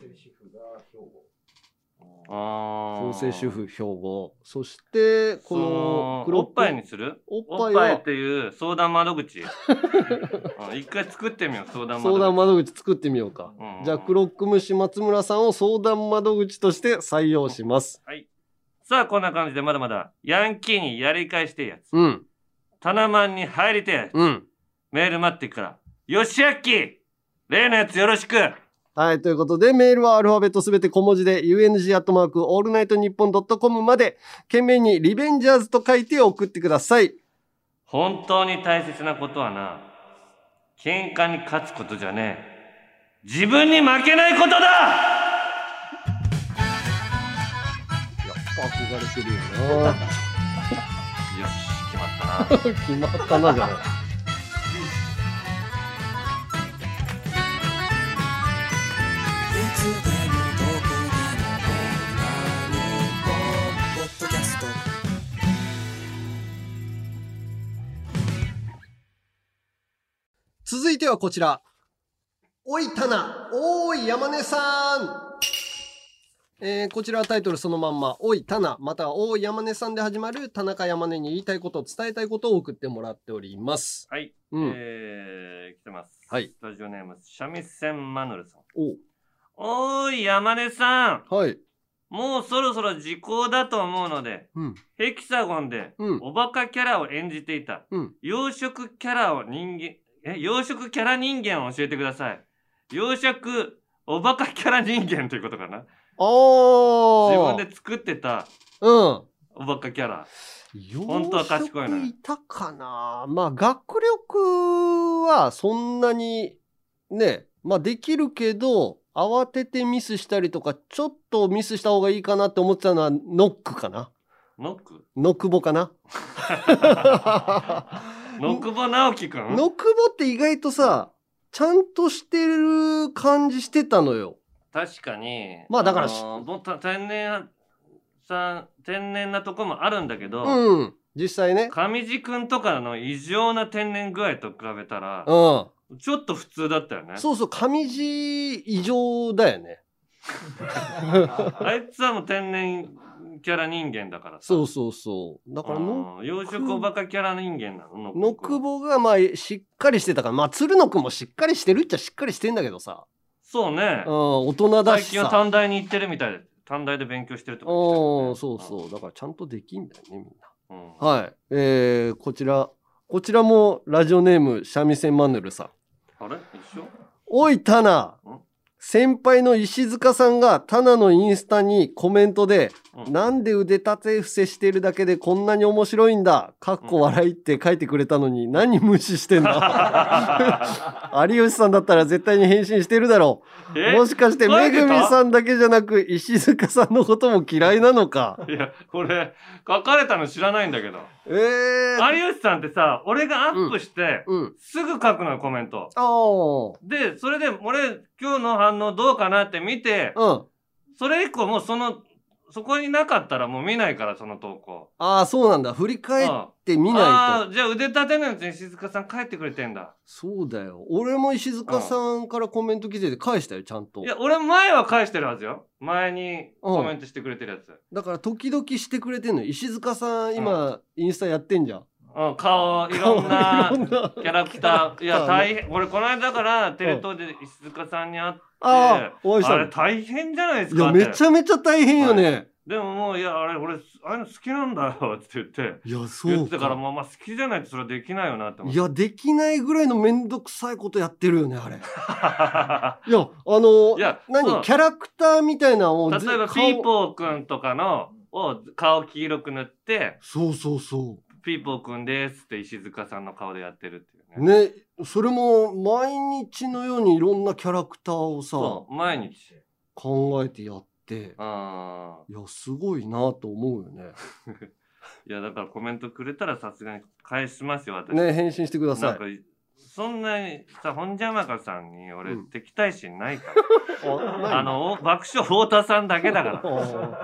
構成主婦兵庫。そしてこのおっぱいにする？おっぱいっていう相談窓口一回作ってみよう。相談窓口作ってみようか。じゃあクロックムシ松村さんを相談窓口として採用します。 さあこんな感じでまだまだヤンキーにやり返してやつ、タナマンに入りてやつ、メール待ってっから。よしあっき例のやつよろしく。 はい、ということでメールはアルファベットすべて小文字で UNG@allnightnippon.com まで懸命にリベンジャーズと書いて送ってください。 本当に大切なことはな、喧嘩に勝つことじゃねえ、自分に負けないことだ。 憧れてるよな。 よし、決まったな。 決まったなじゃない。続いてはこちら。おいタナ、おーい山根さん。こちらはタイトルそのまんま、おいタナ、またはおい山根さんで始まる田中山根に言いたいこと、伝えたいことを送ってもらっております。 はい。来てます。 はい。 ラジオネーム、三味線マヌルさん。 おーい山根さん。 はい。 もうそろそろ時効だと思うので、ヘキサゴンでおバカキャラを演じていた、養殖キャラ人間を教えてください。養殖おバカキャラ人間ということかな。自分で作ってたおバカキャラ。本当は賢いのに。 いたかな。まあ学力はそんなにね、まあできるけど慌ててミスしたりとかちょっとミスした方がいいかなって思ってたのはノックかな。 ノック？ ノクボかな。 ノクボ直樹くん？ ノクボって意外とさ、ちゃんとしてる感じしてたのよ。 確かに。 まあだから天然なとこもあるんだけど、 実際ね。 上地くんとかの異常な天然具合と比べたら、ちょっと普通だったよね。 そうそう、上地異常だよね。 あいつはもう天然キャラ人間だからさ。 そうそうそう。だから養殖おバカキャラ人間なの。 ノクボがまあしっかりしてたから、まあ鶴野くんもしっかりしてるっちゃしっかりしてんだけどさ。 そうね。 大人だしさ。 最近は短大に行ってるみたいで、短大で勉強してるとか、ね。 そうそう。だからちゃんとできんだよね、みんな。はい。こちらもラジオネーム三味線マヌルさん。 あれ一緒？ おいタナ。先輩の石塚さんがタナのインスタにコメントで、なんで腕立て伏せしてるだけでこんなに面白いんだ、かっこ笑いって書いてくれたのに何無視してんだ。有吉さんだったら絶対に返信してるだろう。もしかしてめぐみさんだけじゃなく石塚さんのことも嫌いなのか。 いや、これ書かれたの知らないんだけど。有吉さんってさ、俺がアップして、すぐ書くのよ、コメント。で、それで俺今日の反応どうかなって見て、それ以降もうそこになかったらもう見ないから、その投稿。 そうなんだ。振り返って見ないと。 じゃあ腕立てのやつに石塚さん帰ってくれてんだ。 そうだよ。俺も石塚さんからコメント来てて返したよ、ちゃんと。 いや、俺前は返してるはずよ。前にコメントしてくれてるやつ。 だから時々してくれてんのよ。石塚さん今、インスタやってんじゃん。 顔いろんなキャラクター。いや、大変。俺この間だからテレ東で石塚さんに会って、あれ大変じゃないですか。 いや、めちゃめちゃ大変よね。 でももう、いや、俺ああいうの好きなんだよって言って、 いや、そう言ってたから、まあ好きじゃないとそれはできないよなって思って。 いや、できないぐらいのめんどくさいことやってるよね、あれ。いや、何キャラクターみたいなのを例えばピーポーくんとかの顔黄色く塗って、 そうそうそう。 ピーポーくんですって石塚さんの顔でやってるっていうね。 ね、それも毎日のようにいろんなキャラクターをさ、 毎日考えてやって、いや、すごいなと思うよね。 いや、だからコメントくれたらさすがに返しますよ、私。 ね、返信してください。 なんかそんなにさ、本邪魔かさんに俺、敵対心ないから。爆笑太田さんだけだから。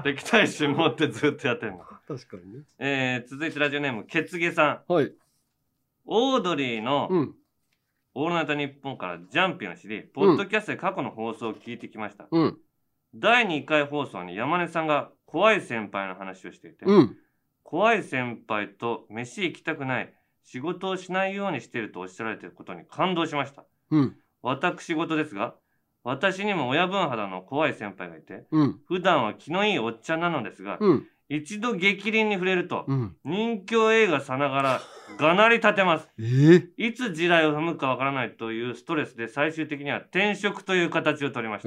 敵対心持ってずっとやってんの。 確かにね。続いてラジオネーム、ケツゲさん。 はい。 オードリーの、オールナイトニッポンからジャンピオン知り、ポッドキャストで過去の放送を聞いてきました。第2回放送に山根さんが怖い先輩の話をしていて、怖い先輩と飯行きたくない、仕事をしないようにしているとおっしゃられていることに感動しました。私事ですが、私にも親分肌の怖い先輩がいて、普段は気のいいおっちゃんなのですが、 一度逆鱗に触れると、人気映画さながらがなり立てます。いつ地雷を踏むかわからないというストレスで最終的には転職という形を取りました。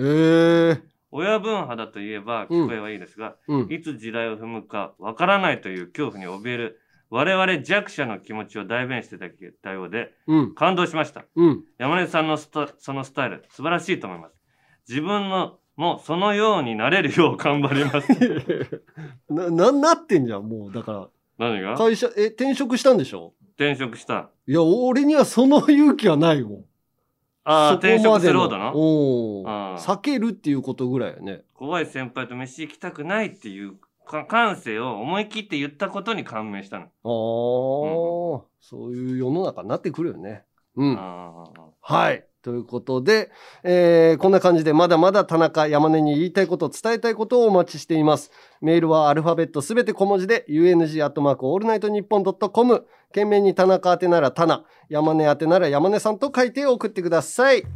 親分派だといえば聞こえはいいですが、いつ地雷を踏むかわからないという恐怖に怯える我々弱者の気持ちを代弁してたようで、感動しました。山根さんのそのスタイル素晴らしいと思います。自分のもそのようになれるよう頑張ります。 なってんじゃんもう。だから何が会社転職したんでしょ。 転職した。 いや俺にはその勇気はないもん。 転職するほどな。 避けるっていうことぐらいやね。 怖い先輩と飯行きたくないっていう感性を思い切って言ったことに感銘したの。そういう世の中になってくるよね。はい。ということで、こんな感じでまだまだ田中山根に言いたいこと伝えたいことをお待ちしています。メールはアルファベットすべて小文字で UNG@allnightnippon.com、 懸命に田中宛てなら田名、山根宛てなら山根さんと書いて送ってください。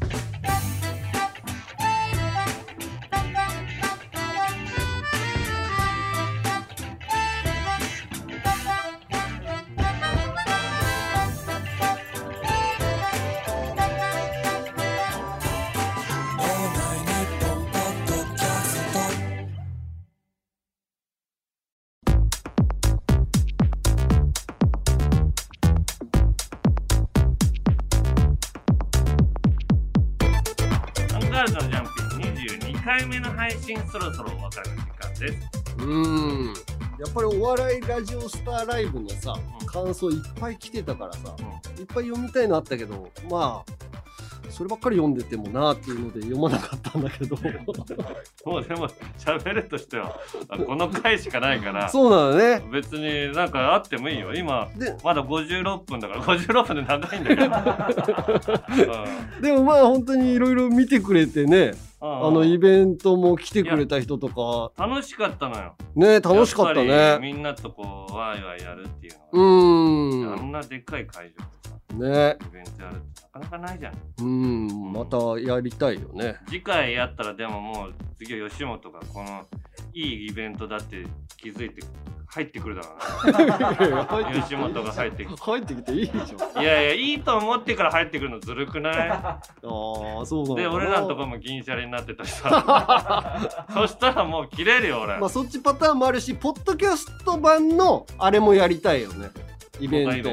2回目の配信そろそろお別れの時間です。 やっぱりお笑いラジオスターライブのさ、感想いっぱい来てたからさ、いっぱい読みたいのあったけど、まあそればっかり読んでてもなーっていうので読まなかったんだけどもうでも喋るとしてはこの回しかないからそうなのね。 別になんかあってもいいよ。今まだ56分だから56分で長いんだけどでもまあ本当にいろいろ見てくれてね、イベントも来てくれた人とか楽しかったのよね。楽しかったね。 みんなとこうワイワイやるっていうのはあんなでっかい会場でさねイベントやるってなかなかないじゃん。 またやりたいよね。 次回やったらでももう次は吉本がこのいいイベントだって気づいて入ってくるだろうな吉本が入ってきていいでしょ。 いやいやいいと思ってから入ってくるのずるくないそうなの。 で俺らのとこも銀シャリになってたしさそしたらもう切れるよ俺。 まあそっちパターンもあるし、ポッドキャスト版のあれもやりたいよね。イベント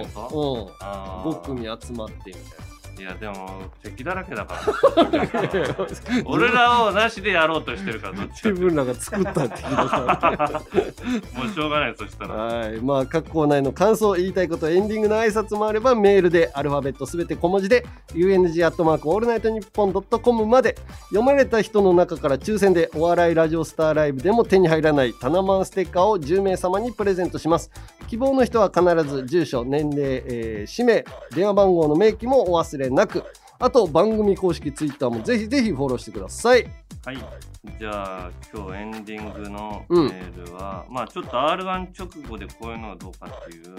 5組集まってみたいな。 いやでも敵だらけだから俺らをなしでやろうとしてるからどっち自分らが作った敵だからもうしょうがない。そしたらまあ各コーナーの感想、言いたいこと、エンディングの挨拶もあればメールでアルファベットすべて小文字で UNG@allnightnippon.com まで。読まれた人の中から抽選でお笑いラジオスターライブでも手に入らないタナマンステッカーを10名様にプレゼントします。希望の人は必ず住所、年齢、氏名、電話番号の明記もお忘れなく。あと番組公式ツイッターもぜひぜひフォローしてください。 はい。じゃあ今日エンディングのメールは、まあちょっと R1 直後でこういうのはどうかっていう、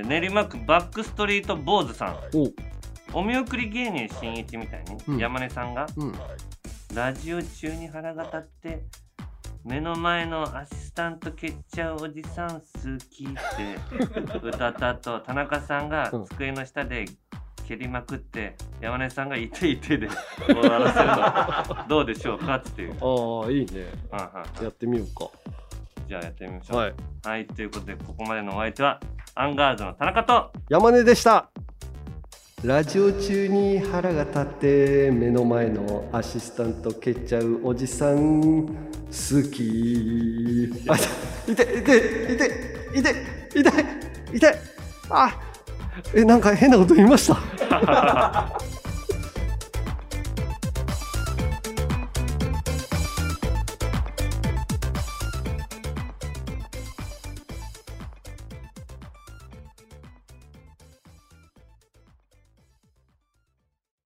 練馬区バックストリート坊主さん。お見送り芸人しんいちみたいに、山根さんが、ラジオ中に腹が立って目の前のアシスタント蹴っちゃうおじさん好きって歌ったと、田中さんが机の下で蹴りまくって山根さんがいていてで終わらせるのどうでしょうかっていう。 いいね。やってみようか。 じゃあやってみましょう。はい、ということでここまでのお相手はアンガールズの田中と山根でした。ラジオ中に腹が立って目の前のアシスタント蹴っちゃうおじさん好き。痛い。なんか変なこと言いました